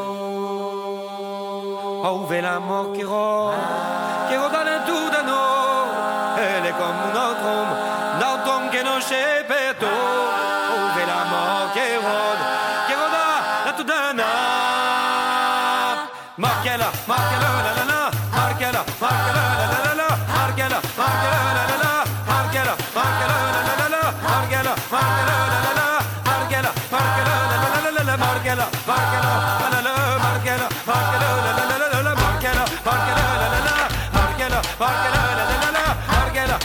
ave la mo che ro dare in tu de no, e le come un altro che non c'è per tu, ove la mo che roda la tu dana, marchela la la la, marchela la la la, marchela la la la, marchela la la la, marchela la la la, marchela la la la, marchela la la la, marchela la la la, marchela la la la, marchela la la la, marchela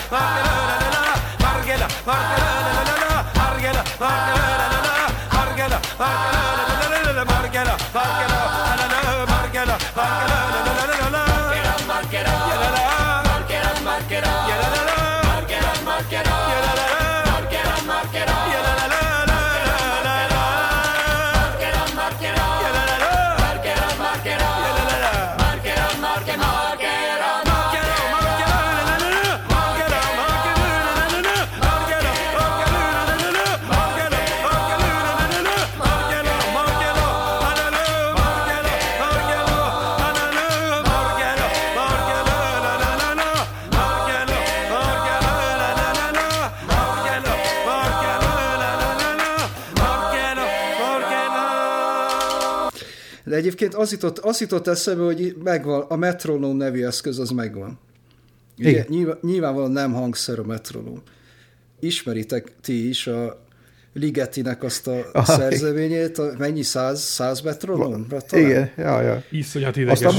De egyébként az jutott eszembe, hogy megvan, a metronóm nevű eszköz az megvan. Ugye, nyilvánvalóan nem hangszer a metronóm. Ismeritek ti is a Ligetinek azt a szerzeményét, mennyi 100 metronóm? Igen, ja. Iszonyat ideges.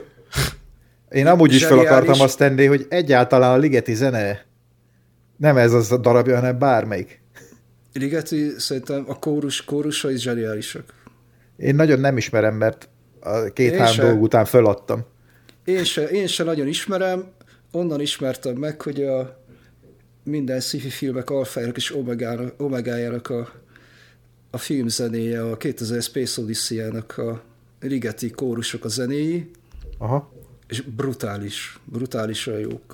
Én amúgy is fel akartam azt tenni, hogy egyáltalán a Ligeti zene nem ez az a darabja, hanem bármelyik. Ligeti szerintem a kórusai zseniálisak. Én nagyon nem ismerem, mert a 2-3 dolg után föladtam. Én se nagyon ismerem, onnan ismertem meg, hogy a minden sci-fi filmek alfájának és omegájának a filmzenéje, a 2000 Space Odyssey-jának a Ligeti kórusok a zenéi, aha. És brutálisan jók.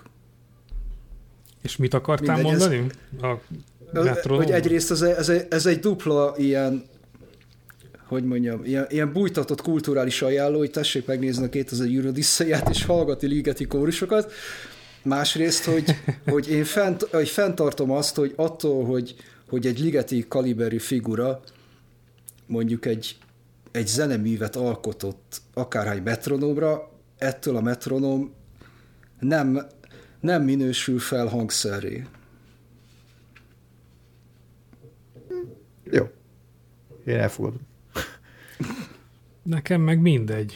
És mit akartál mondani? Hogy egyrészt ez egy dupla ilyen, hogy mondjam, ilyen bújtatott kulturális ajánló, hogy tessék megnézni a 2000 Odyssey-ját és hallgatni Ligeti kórusokat. Másrészt, hogy én fenntartom azt, hogy attól, hogy egy Ligeti kaliberű figura mondjuk egy zeneművet alkotott akárhány metronómra, ettől a metronóm nem minősül fel hangszerré. Jó. Én elfogadom. Nekem meg mindegy.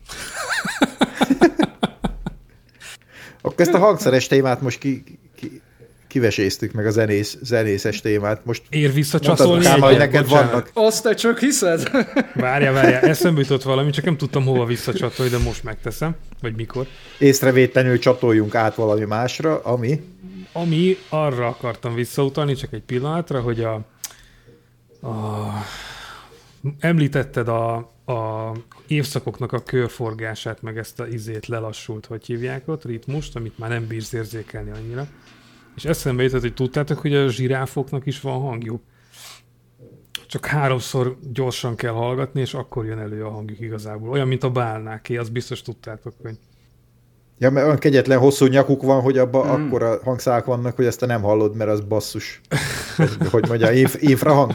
Akkor ezt a hangszeres témát most kiveséztük, meg a zenészes témát. Most ér visszacsatolni egyet, hogy neked vannak. Azt te csak hiszed? Várjál, eszembe jutott valami, csak nem tudtam hova visszacsatolni, de most megteszem. Vagy mikor. Észrevétlenül csatoljunk át valami másra, Ami arra akartam visszautalni, csak egy pillanatra, hogy Említetted a évszakoknak a körforgását, meg ezt a izét lelassult, hogy hívják ott, ritmust, amit már nem bírsz érzékelni annyira. És eszembe jutott, hogy tudtátok, hogy a zsiráfoknak is van hangjuk. Csak 3-szor gyorsan kell hallgatni, és akkor jön elő a hangjuk igazából. Olyan, mint a bálnáké, azt biztos tudtátok, hogy... Ja, mert olyan kegyetlen hosszú nyakuk van, hogy abban akkora hangszálak vannak, hogy ezt te nem hallod, mert az basszus. Hogy mondja, infrahang?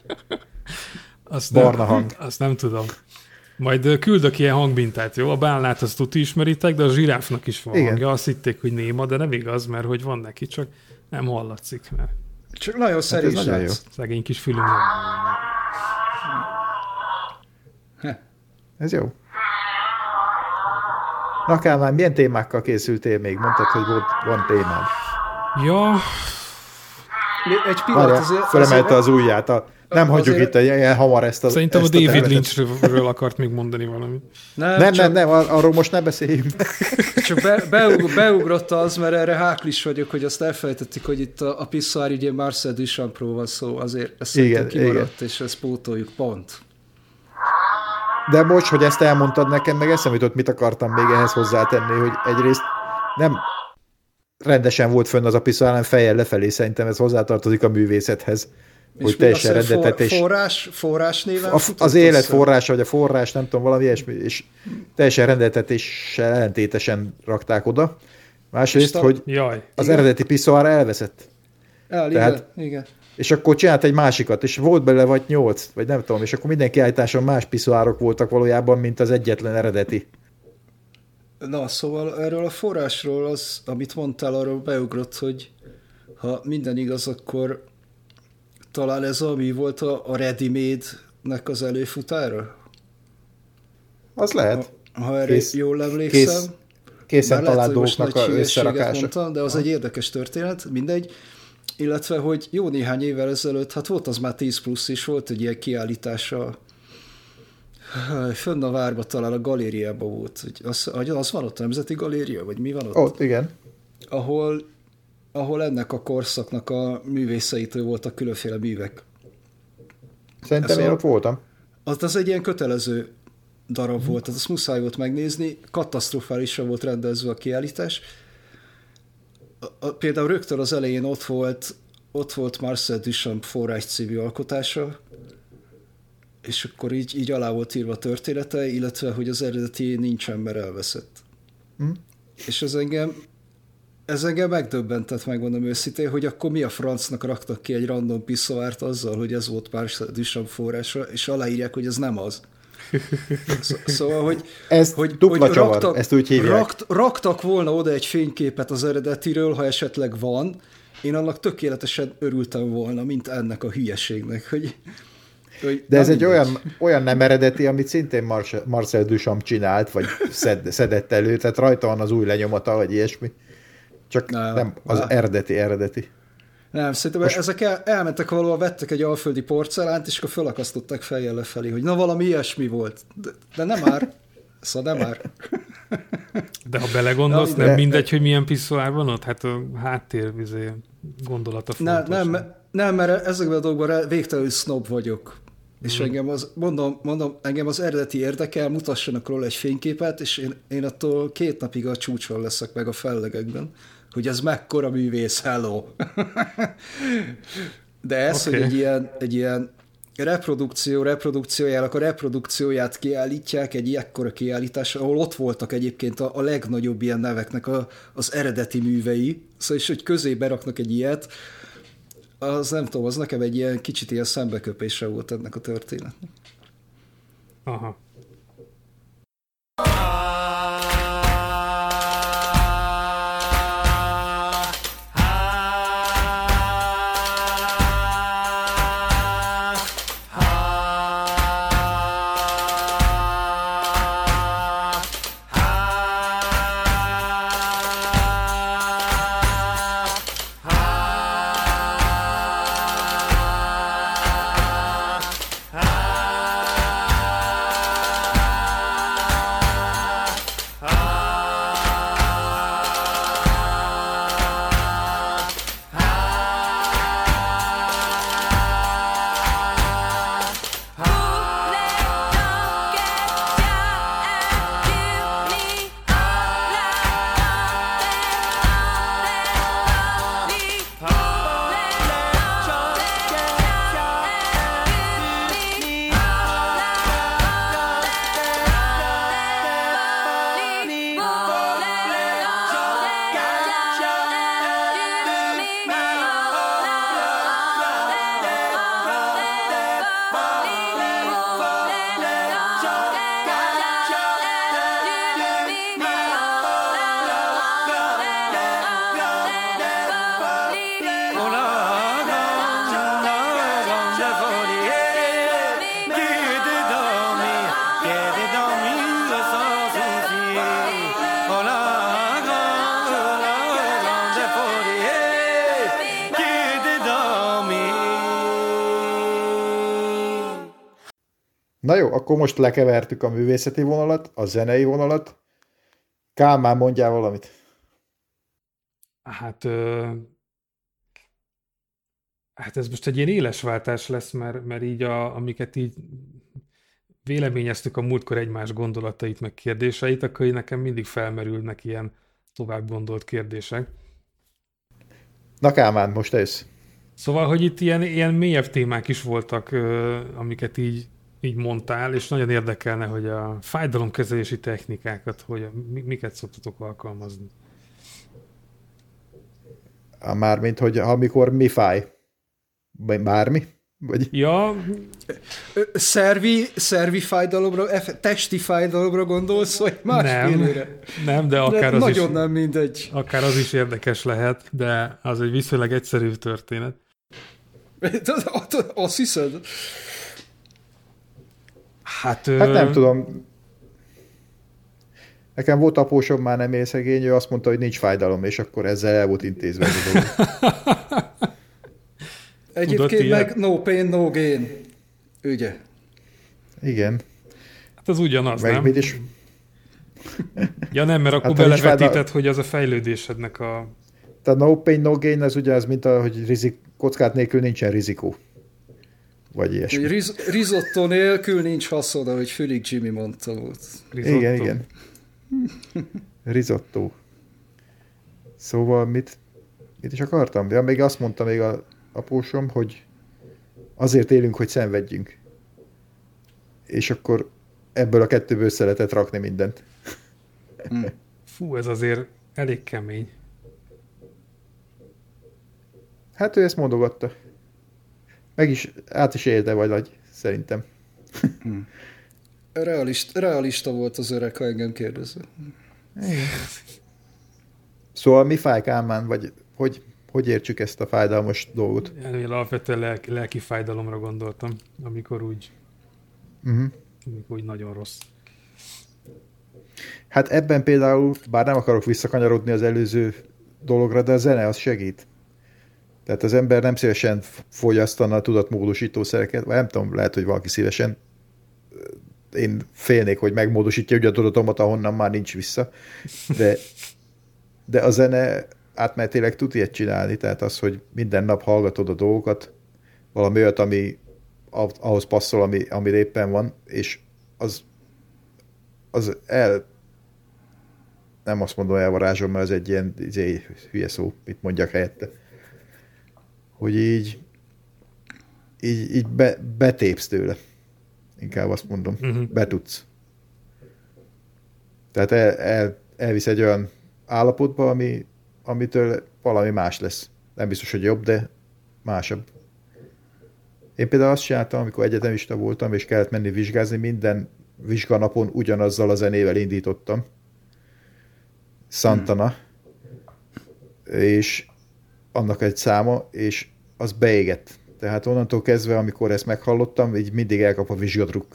Barna hang. Azt nem tudom. Majd küldök ilyen hangmintát, jó? A bálnát azt tuti ismeritek, de a zsiráfnak is van hangja. Azt hitték, hogy néma, de nem igaz, mert hogy van neki, csak nem hallatszik, mert... Csak nagyon szerés hát jó. Szegény kis fülünk. Ez jó. Na Kálmán, milyen témákkal készültél még? Mondtad, hogy van témád. Ja... Egy pillanat azért... Felemelte az ujját. Nem hagyjuk itt ilyen hamar ezt a... Szerintem a David Lynchről akart még mondani valamit. Nem, arról most ne beszéljünk. Csak beugrott az, mert erre háklis vagyok, hogy azt elfelejtették, hogy itt a piszoár ugye Marcel Duchampról van szó, azért ezt szerintem kimaradt, és ezt pótoljuk, pont. De most, hogy ezt elmondtad nekem, meg eszembe jutott, mit akartam még ehhez hozzátenni, hogy egyrészt nem rendesen volt fönn az a piszoár, hanem fejjel lefelé, szerintem ez hozzátartozik a művészethez. És hogy teljesen rendetetés. Forrás néven? Az élet forrása, vagy a forrás, nem tudom, valami ilyesmi, és teljesen rendetetéssel ellentétesen rakták oda. Másrészt, hogy az eredeti piszoár elveszett. Igen. És akkor csinált egy másikat, és volt belőle vagy 8, vagy nem tudom, és akkor minden kiállításon más piszoárok voltak valójában, mint az egyetlen eredeti. Na, szóval erről a forrásról, az, amit mondtál, arról beugrott, hogy ha minden igaz, akkor talán ez ami volt a ready-made-nek az előfutára? Az lehet. Ha erre jól emlékszem. Készen talált dolgoknak a összerakása. Mondtam, de az egy érdekes történet, mindegy. Illetve, hogy jó néhány évvel ezelőtt, hát volt az már 10+ is, volt egy ilyen kiállítása, fönn a várba talán a galériában volt. Az van ott, a Nemzeti Galéria, vagy mi van ott? Ott, igen. Ahol ennek a korszaknak a művészeitől voltak különféle művek. Szerintem én ott voltam. Az egy ilyen kötelező darab volt, azt muszáj volt megnézni, katasztrofálisan volt rendezve a kiállítás. Például rögtön az elején ott volt Marcel Duchamp Forrás című alkotása, és akkor így alá volt írva a története, illetve, hogy az eredeti nincsen, mert elveszett. És ez engem megdöbbentett, megmondom őszintén, hogy akkor mi a francnak raktak ki egy random piszoárt azzal, hogy ez volt Marcel Duchamp forrása, és aláírják, hogy ez nem az. Szóval, hogy dupla csavar, ezt úgy hívják. Raktak volna oda egy fényképet az eredetiről, ha esetleg van, én annak tökéletesen örültem volna, mint ennek a hülyeségnek, hogy de ez egy olyan nem eredeti, amit szintén Marcel Duchamp csinált, vagy szedett elő, tehát rajta van az új lenyomata, vagy ilyesmi. Csak nem az eredeti. Nem, szerintem ezek elmentek valahol, vettek egy alföldi porcelánt, és akkor felakasztották fejjel lefelé, hogy na valami ilyesmi volt. De nem már. Szóval nem már. De ha belegondolsz, nem mindegy, hogy milyen piszoár van ott? Hát a háttér gondolata fontos. Nem, mert ezekben a dolgokban végtelenül sznob vagyok. És engem engem az eredeti érdekel, mutassanak róla egy fényképet, és én attól 2 napig a csúcson leszek meg a fellegekben, hogy ez mekkora művész, hello. De ez, hogy egy ilyen reprodukciójának a reprodukcióját kiállítják, egy ekkora kiállítás, ahol ott voltak egyébként a legnagyobb ilyen neveknek az eredeti művei, szóval és hogy közé beraknak egy ilyet, az nem tudom, az nekem egy ilyen kicsit ilyen szembeköpése volt ennek a történetnek. Aha. Na jó, akkor most lekevertük a művészeti vonalat, a zenei vonalat. Kálmán, mondjál valamit. Hát ez most egy ilyen éles váltás lesz, mert így amiket így véleményeztük a múltkor egymás gondolatait, meg kérdéseit, akkor nekem mindig felmerülnek ilyen tovább gondolt kérdések. Na Kálmán, most ez. Szóval, hogy itt ilyen mélyebb témák is voltak, amiket így mondtál, és nagyon érdekelne, hogy a fájdalomkezelési technikákat, hogy miket szoktatok alkalmazni. Mármint, hogy amikor mi fáj? Bármi? Vagy... Ja. Szervi fájdalomra, testi fájdalomra gondolsz, vagy másfélére? Nem, de akár az nagyon is, nem mindegy. Akár az is érdekes lehet, de az egy viszonylag egyszerű történet. Azt hiszed? Hát nem tudom. Nekem volt apósom, már nem él szegény, ő azt mondta, hogy nincs fájdalom, és akkor ezzel el volt intézve. Egyébként meg no pain, no gain. Ugye? Igen. Hát az ugyanaz, meg nem? Mit is... Ja nem, mert akkor hát, belevetíted, hogy az a fejlődésednek a... Tehát no pain, no gain az ugyanaz, mint hogy kockát nélkül nincsen rizikó. Vagy ilyesmi. Risotto nélkül nincs haszon, ahogy Fülig Jimmy mondta volt. Risotto. Igen. Risotto. Szóval mit is akartam? Ja, még azt mondta még a apósom, hogy azért élünk, hogy szenvedjünk. És akkor ebből a kettőből össze lehetett rakni mindent. Fú, ez azért elég kemény. Hát ő ezt mondogatta. Át is élte vagy, szerintem. Realista volt az öreg, ha engem kérdezel. Szóval mi fáj, Kálmán, vagy hogy értsük ezt a fájdalmas dolgot? Én alapvetően lelki fájdalomra gondoltam, amikor úgy nagyon rossz. Hát ebben például, bár nem akarok visszakanyarodni az előző dologra, de a zene az segít. Tehát az ember nem szívesen fogyasztana a tudatmódosítószereket, vagy nem tudom, lehet, hogy valaki szívesen. Én félnék, hogy megmódosítja ugye a tudatomat, ahonnan már nincs vissza. De a zene átmenetileg tud ilyet csinálni, tehát az, hogy minden nap hallgatod a dolgokat, valami olyat, ami ahhoz passzol, ami éppen van, és az nem azt mondom elvarázsom, mert az egy ilyen hülye szó, mit mondjak helyette. Hogy így betépsz tőle. Inkább azt mondom. Betudsz. Tehát elvisz egy olyan állapotba, amitől valami más lesz. Nem biztos, hogy jobb, de másabb. Én például azt csináltam, amikor egyetemista voltam, és kellett menni vizsgázni, minden vizsganapon ugyanazzal a zenével indítottam. Santana. És annak egy száma, és az beégett. Tehát onnantól kezdve, amikor ezt meghallottam, így mindig elkap a vizsgadruk.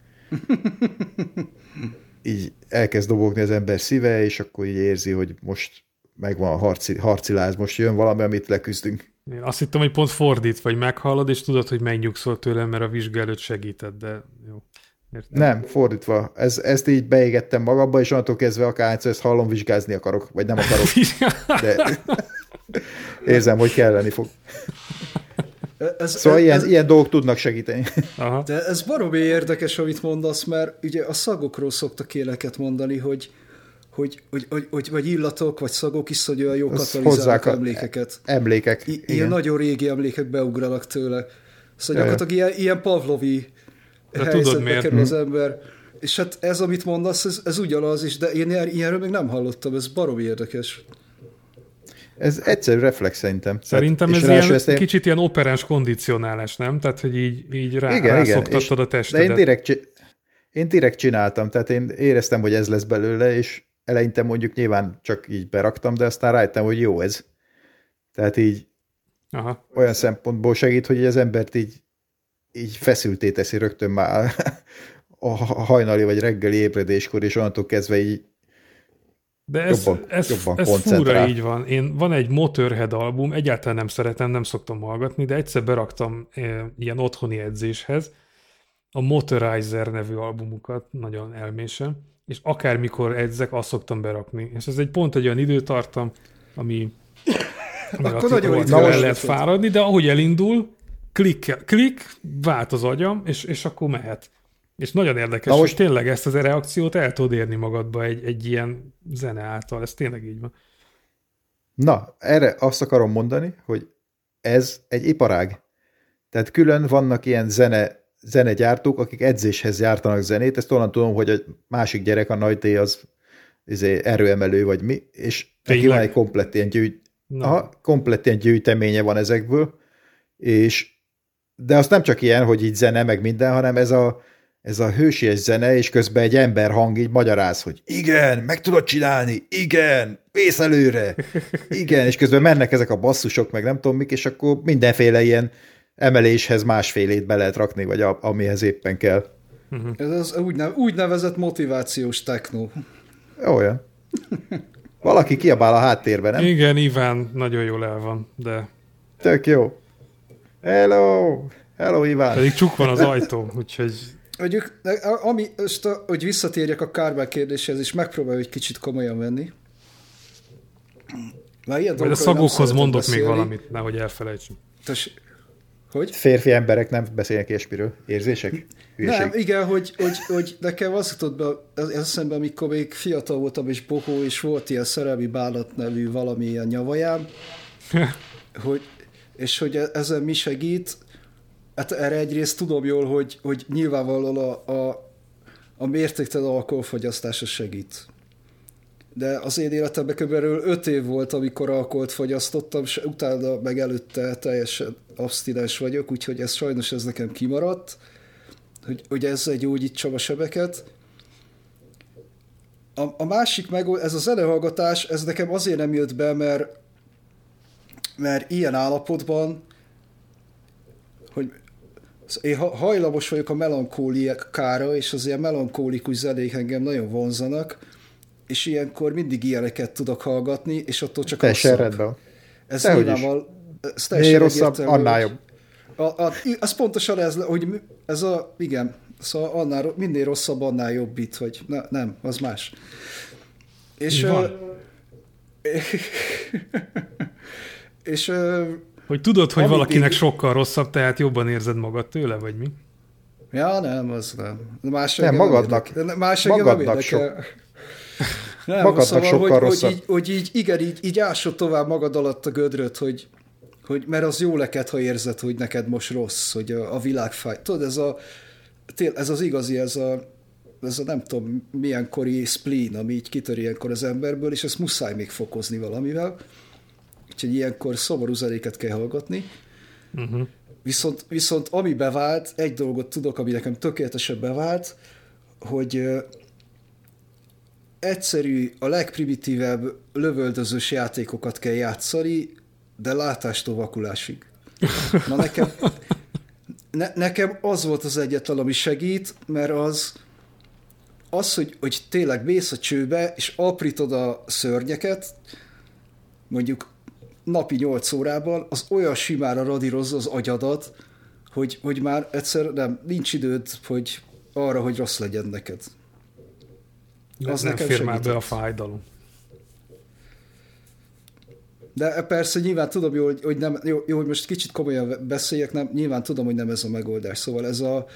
Így elkezd dobogni az ember szíve, és akkor így érzi, hogy most megvan a harci láz, most jön valami, amit leküzdünk. Én azt hittem, hogy pont fordítva, vagy meghallod, és tudod, hogy megnyugszol tőlem, mert a vizsga előtt segített, de jó. Értem. Nem, fordítva. Ezt így beégettem magamba, és onnantól kezdve akárhányszor ezt hallom, vizsgázni akarok, vagy nem akarok. De érzem, hogy kelleni fog. Szóval ilyen dolgok tudnak segíteni. Aha. De ez baromi érdekes, amit mondasz, mert ugye a szagokról szoktak éleket mondani, hogy vagy illatok, vagy szagok is, hogy olyan jó katalizálnak emlékeket. Emlékek. Ilyen nagyon régi emlékek beugranak tőle. Szóval gyakorlatilag ilyen Pavlovi helyzetbe kerül az ember. És hát ez, amit mondasz, ez ugyanaz is, de én ilyenről még nem hallottam, ez baromi érdekes. Ez egyszerű reflex szerintem. Szerintem ez ilyen, kicsit ilyen operáns kondicionálás, nem? Tehát, hogy így rászoktattad a testedet. De én direkt csináltam, tehát én éreztem, hogy ez lesz belőle, és eleinte mondjuk nyilván csak így beraktam, de aztán rájöttem, hogy jó ez. Tehát így olyan szempontból segít, hogy az embert így feszülté teszi rögtön már a hajnali vagy reggeli ébredéskor, és onnantól kezdve így de ez fúra így van. Van egy Motorhead album, egyáltalán nem szeretem, nem szoktam hallgatni, de egyszer beraktam ilyen otthoni edzéshez, a Motorizer nevű albumukat nagyon elmésen, és akármikor edzek, azt szoktam berakni. És ez pont egy olyan időtartam, ami akkor nagyon el lehet fáradni, de ahogy elindul, klik, vált az agyam, és akkor mehet. És nagyon érdekes, hogy tényleg ezt az reakciót el tudod érni magadba egy ilyen zene által. Ez tényleg így van. Na, erre azt akarom mondani, hogy ez egy iparág. Tehát külön vannak ilyen zenegyártók, akik edzéshez gyártanak zenét. Ezt onnan tudom, hogy a másik gyerek, a Nagy D, az erőemelő vagy mi, és neki van egy komplett ilyen gyűjteménye van ezekből, de az nem csak ilyen, hogy így zene, meg minden, hanem ez a hősies zene, és közben egy ember hang így magyaráz, hogy igen, meg tudod csinálni, igen, vész előre, igen, és közben mennek ezek a basszusok, meg nem tudom mik, és akkor mindenféle ilyen emeléshez másfélét be lehet rakni, vagy amihez éppen kell. Ez az úgynevezett motivációs techno. Olyan. Valaki kiabál a háttérben, nem? Igen, Iván nagyon jól el van, de... Tök jó. Hello, Iván. Pedig csuk van az ajtó, úgyhogy... Hogy visszatérjek a Kármán kérdéshez, és megpróbálj egy kicsit komolyan venni. Majd a szagokhoz mondok beszélni. Még valamit, nehogy elfelejtsünk. Hogy? Férfi emberek nem beszélnek ilyesmiről. Érzések? Hülyeség. Nem, igen, hogy nekem az jutott be eszembe, amikor még fiatal voltam és bohó, és volt ilyen szerelmi bánat nevű valamilyen nyavajám, és hogy ezen mi segít. Hát erre egyrészt tudom jól, hogy nyilvánvalóan a mértéktelen alkoholfogyasztása segít. De az én életemben kb. 5 év volt, amikor alkoholt fogyasztottam, és utána meg előtte teljesen abstinens vagyok, úgyhogy ez sajnos ez nekem kimaradt, hogy ezzel gyógyítsam a sebeket. A másik ez a zenehallgatás, ez nekem azért nem jött be, mert ilyen állapotban, hogy én hajlamos vagyok a melankóliára, és az ilyen melankólikus zenék engem nagyon vonzanak, és ilyenkor mindig ilyeneket tudok hallgatni, és attól csak rosszabb. Ez nyilvánvalóan... Minél rosszabb, annál jobb. Az pontosan ez, hogy igen, szóval minél rosszabb, annál jobb itt, hogy nem, az más. És... és hogy tudod, hogy valakinek sokkal rosszabb, tehát jobban érzed magad tőle, vagy mi? Ja, nem, az nem. Nem, magadnak. Magadnak szóval, sokkal rosszabb. Hogy így ásod tovább magad alatt a gödröt, hogy mert az jó neked, ha érzed, hogy neked most rossz, hogy a világ fáj. Tudod, ez az igazi, ez a nem tudom milyen kori spleen, ami így kitör ilyenkor az emberből, és ezt muszáj még fokozni valamivel. Úgyhogy ilyenkor szomorú zenéket kell hallgatni. Uh-huh. Viszont ami bevált, egy dolgot tudok, ami nekem tökéletesen bevált, hogy egyszerű, a legprimitívebb lövöldözős játékokat kell játszani, de látástól vakulásig. Na nekem az volt az egyetlen, ami segít, mert hogy tényleg mész a csőbe, és aprítod a szörnyeket, mondjuk napi 8 órában, az olyan simára radírozza az agyadat, hogy már egyszer nincs időd arra, hogy rossz legyen neked. Az nem fér már be a fájdalom. De persze nyilván tudom jó, hogy nem, jó, hogy most kicsit komolyan beszéljek, nyilván tudom, hogy nem ez a megoldás. Szóval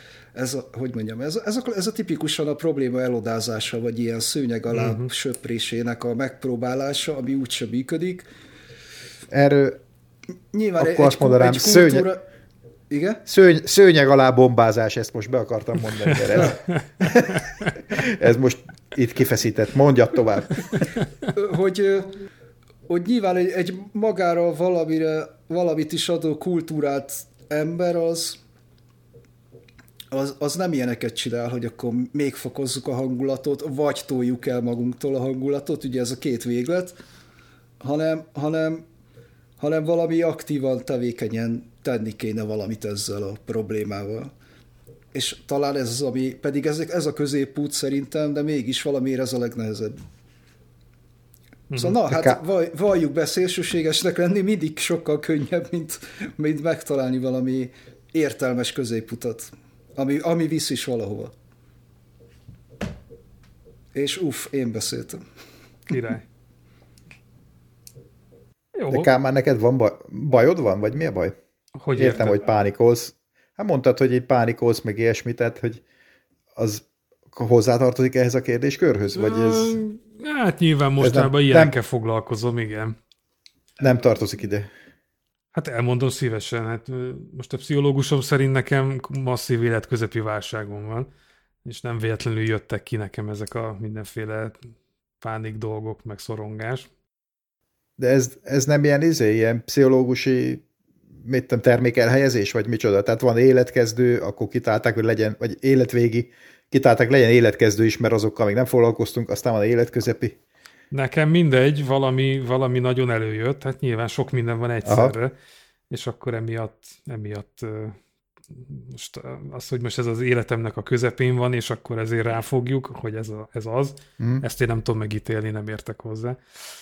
ez a tipikusan a probléma elodázása, vagy ilyen szőnyeg alá söprésének a megpróbálása, ami úgysem működik. Erről nyilván akkor azt mondanám, igen? Szőnyeg alá bombázás, ezt most be akartam mondani. Ez most itt kifeszített. Mondjad tovább. Hogy nyilván egy magára valamit is adó kultúrát ember az nem ilyeneket csinál, hogy akkor még fokozzuk a hangulatot, vagy toljuk el magunktól a hangulatot, ugye ez a két véglet, hanem valami aktívan, tevékenyen tenni kéne valamit ezzel a problémával. És talán ez az, ami, pedig ez a középút szerintem, de mégis valamiért ez a legnehezebb. Szóval hát valljuk be, szélsőségesnek lenni mindig sokkal könnyebb, mint megtalálni valami értelmes középutat. ami visz is valahova. És én beszéltem. Király. Jó. De Kálmán, neked van bajod van, vagy mi a baj? Hogy értem, hogy pánikolsz. Hát mondtad, hogy így pánikolsz, meg ilyesmit, tehát, hogy az hozzátartozik ehhez a kérdéskörhöz? Vagy ez... Hát nyilván mostában ilyenekkel foglalkozom, igen. Nem tartozik ide. Hát elmondom szívesen. Hát most a pszichológusom szerint nekem masszív életközepi válságom van, és nem véletlenül jöttek ki nekem ezek a mindenféle pánik dolgok, meg szorongás. De ez nem ilyen pszichológusi termékelhelyezés, vagy micsoda? Tehát van életkezdő, akkor kitálták, hogy legyen, vagy életvégi, kitálták, legyen életkezdő is, mert azokkal még nem foglalkoztunk, aztán van életközepi. Nekem mindegy, valami nagyon előjött, hát nyilván sok minden van egyszerre, aha. És akkor emiatt most az, hogy most ez az életemnek a közepén van, és akkor ezért ráfogjuk, hogy ez az, ezt én nem tudom megítélni, nem értek hozzá.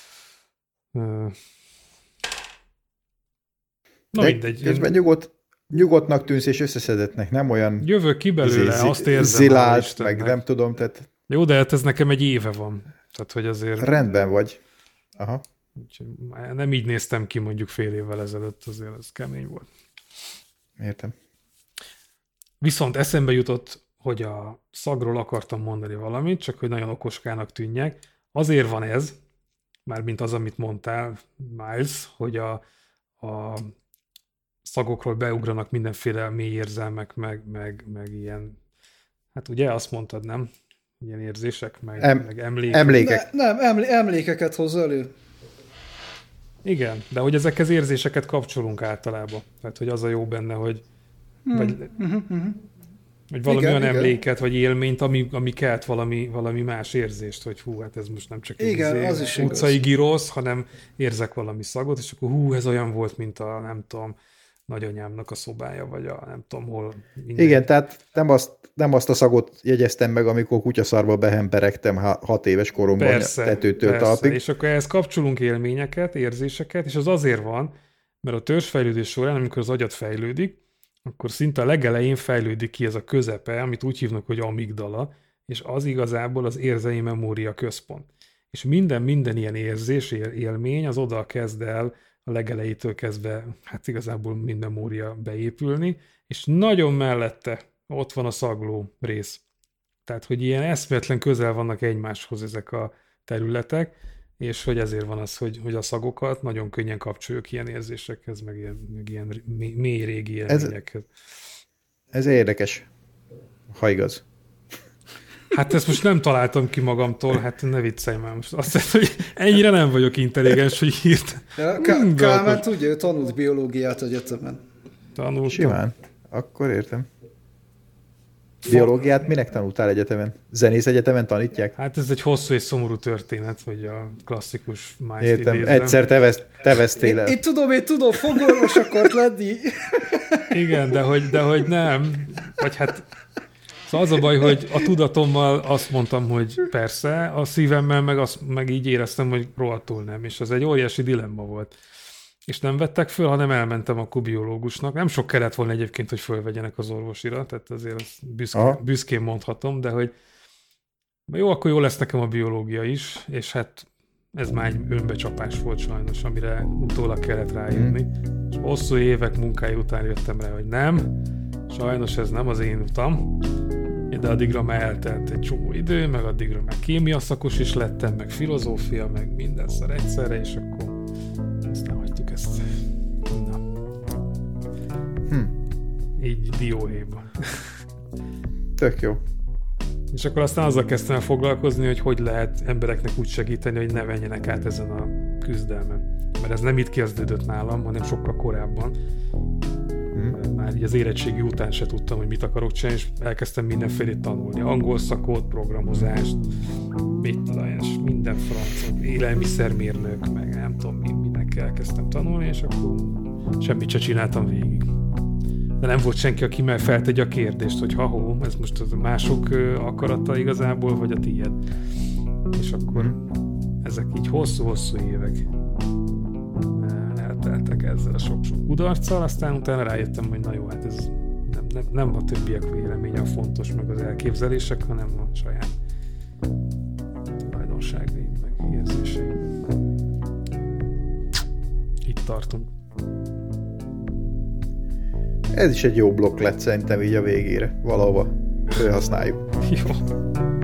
Na de mindegy. Közben nyugodtnak tűnsz és összeszedettnek, nem olyan... Jövök ki belőle, azt érzem. Zilált, meg nem tudom, tehát... Jó, de hát ez nekem egy éve van. Tehát, hogy azért... Rendben vagy. Aha. Nem így néztem ki mondjuk fél évvel ezelőtt, azért ez kemény volt. Értem. Viszont eszembe jutott, hogy a szagról akartam mondani valamit, csak hogy nagyon okoskának tűnjek. Azért van ez, mármint az, amit mondtál, Miles, hogy a szagokról beugranak mindenféle mély érzelmek, meg ilyen, hát ugye azt mondtad, nem? Ilyen érzések, meg emlékek. Emlékek. Emlékeket hoz elő. Igen, de hogy ezekhez érzéseket kapcsolunk általában. Tehát, hogy az a jó benne, hogy vagy valami olyan emléket, vagy élményt, ami kelt valami más érzést, hogy hú, hát ez most nem csak egy utcai girosz, hanem érzek valami szagot, és akkor ez olyan volt, mint a, nem tudom, nagyanyámnak a szobája, vagy a nem tudom hol. Minden. Igen, tehát nem azt a szagot jegyeztem meg, amikor kutyaszarba behemperegtem 6 éves koromban tetőtől talpig. És akkor ehhez kapcsolunk élményeket, érzéseket, és az azért van, mert a törzsfejlődés során, amikor az agyad fejlődik, akkor szinte a legelején fejlődik ki ez a közepe, amit úgy hívnak, hogy amigdala, és az igazából az érzelmi memória központ. És minden ilyen érzés, élmény, az oda kezd el a legelejétől kezdve, hát igazából mind memória beépülni, és nagyon mellette ott van a szagló rész. Tehát, hogy ilyen eszméletlen közel vannak egymáshoz ezek a területek, és hogy ezért van az, hogy a szagokat nagyon könnyen kapcsoljuk ilyen érzésekhez, meg ilyen mély régi élményekhez. Ez érdekes, ha igaz. Hát ezt most nem találtam ki magamtól, hát ne viccelj már most. Azt hiszem, hogy ennyire nem vagyok intelligens, hogy írt. Kálmán tudja, ő tanult biológiát egyetemen. Tanultam. Simán, akkor értem. Biológiát minek tanultál egyetemen? Zenész egyetemen tanítják? Hát ez egy hosszú és szomorú történet, hogy a klasszikus májt értem, idézem. egyszer te vesztél el. Én tudom, fogorvos akart lenni. Igen, de hogy nem. Vagy hát szóval az a baj, hogy a tudatommal azt mondtam, hogy persze, a szívemmel meg így éreztem, hogy rohadtul nem. És az egy óriási dilemma volt. És nem vettek föl, hanem elmentem akkor biológusnak. Nem sok kellett volna egyébként, hogy fölvegyenek az orvosira, tehát azért büszkén mondhatom, de hogy jó, akkor jó lesz nekem a biológia is, és hát ez már egy önbecsapás volt sajnos, amire utólag kellett rájönni. És hosszú évek munkája után jöttem rá, hogy nem, sajnos ez nem az én utam, de addigra már eltelt egy csomó idő, meg addigra már kémia szakos is lettem, meg filozófia, meg mindenszer egyszerre, és akkor aztán hagytuk ezt. Na. Így dióhéjban. Tök jó. És akkor aztán azzal kezdtem el foglalkozni, hogy lehet embereknek úgy segíteni, hogy ne menjenek át ezen a küzdelmen. Mert ez nem itt kezdődött nálam, hanem sokkal korábban. Már így az érettségi után se tudtam, hogy mit akarok csinálni, és elkezdtem mindenfélét tanulni. Angol szakot, programozást, mit tudom, és minden francot, élelmiszermérnök, meg nem tudom, mindenki elkezdtem tanulni, és akkor semmit se csináltam végig. De nem volt senki, aki már feltegye a kérdést, hogy ez most az mások akarata igazából, vagy a tiéd. És akkor ezek így hosszú-hosszú évek elteltek ezzel a sok-sok kudarccal, aztán utána rájöttem, hogy na jó, hát ez Nem a többiek véleménye a fontos, meg az elképzelések, hanem a saját tulajdonságaim, meg érzéseim. Itt tartunk. Ez is egy jó blokk lett szerintem így a végére. Valahova felhasználjuk. Jó.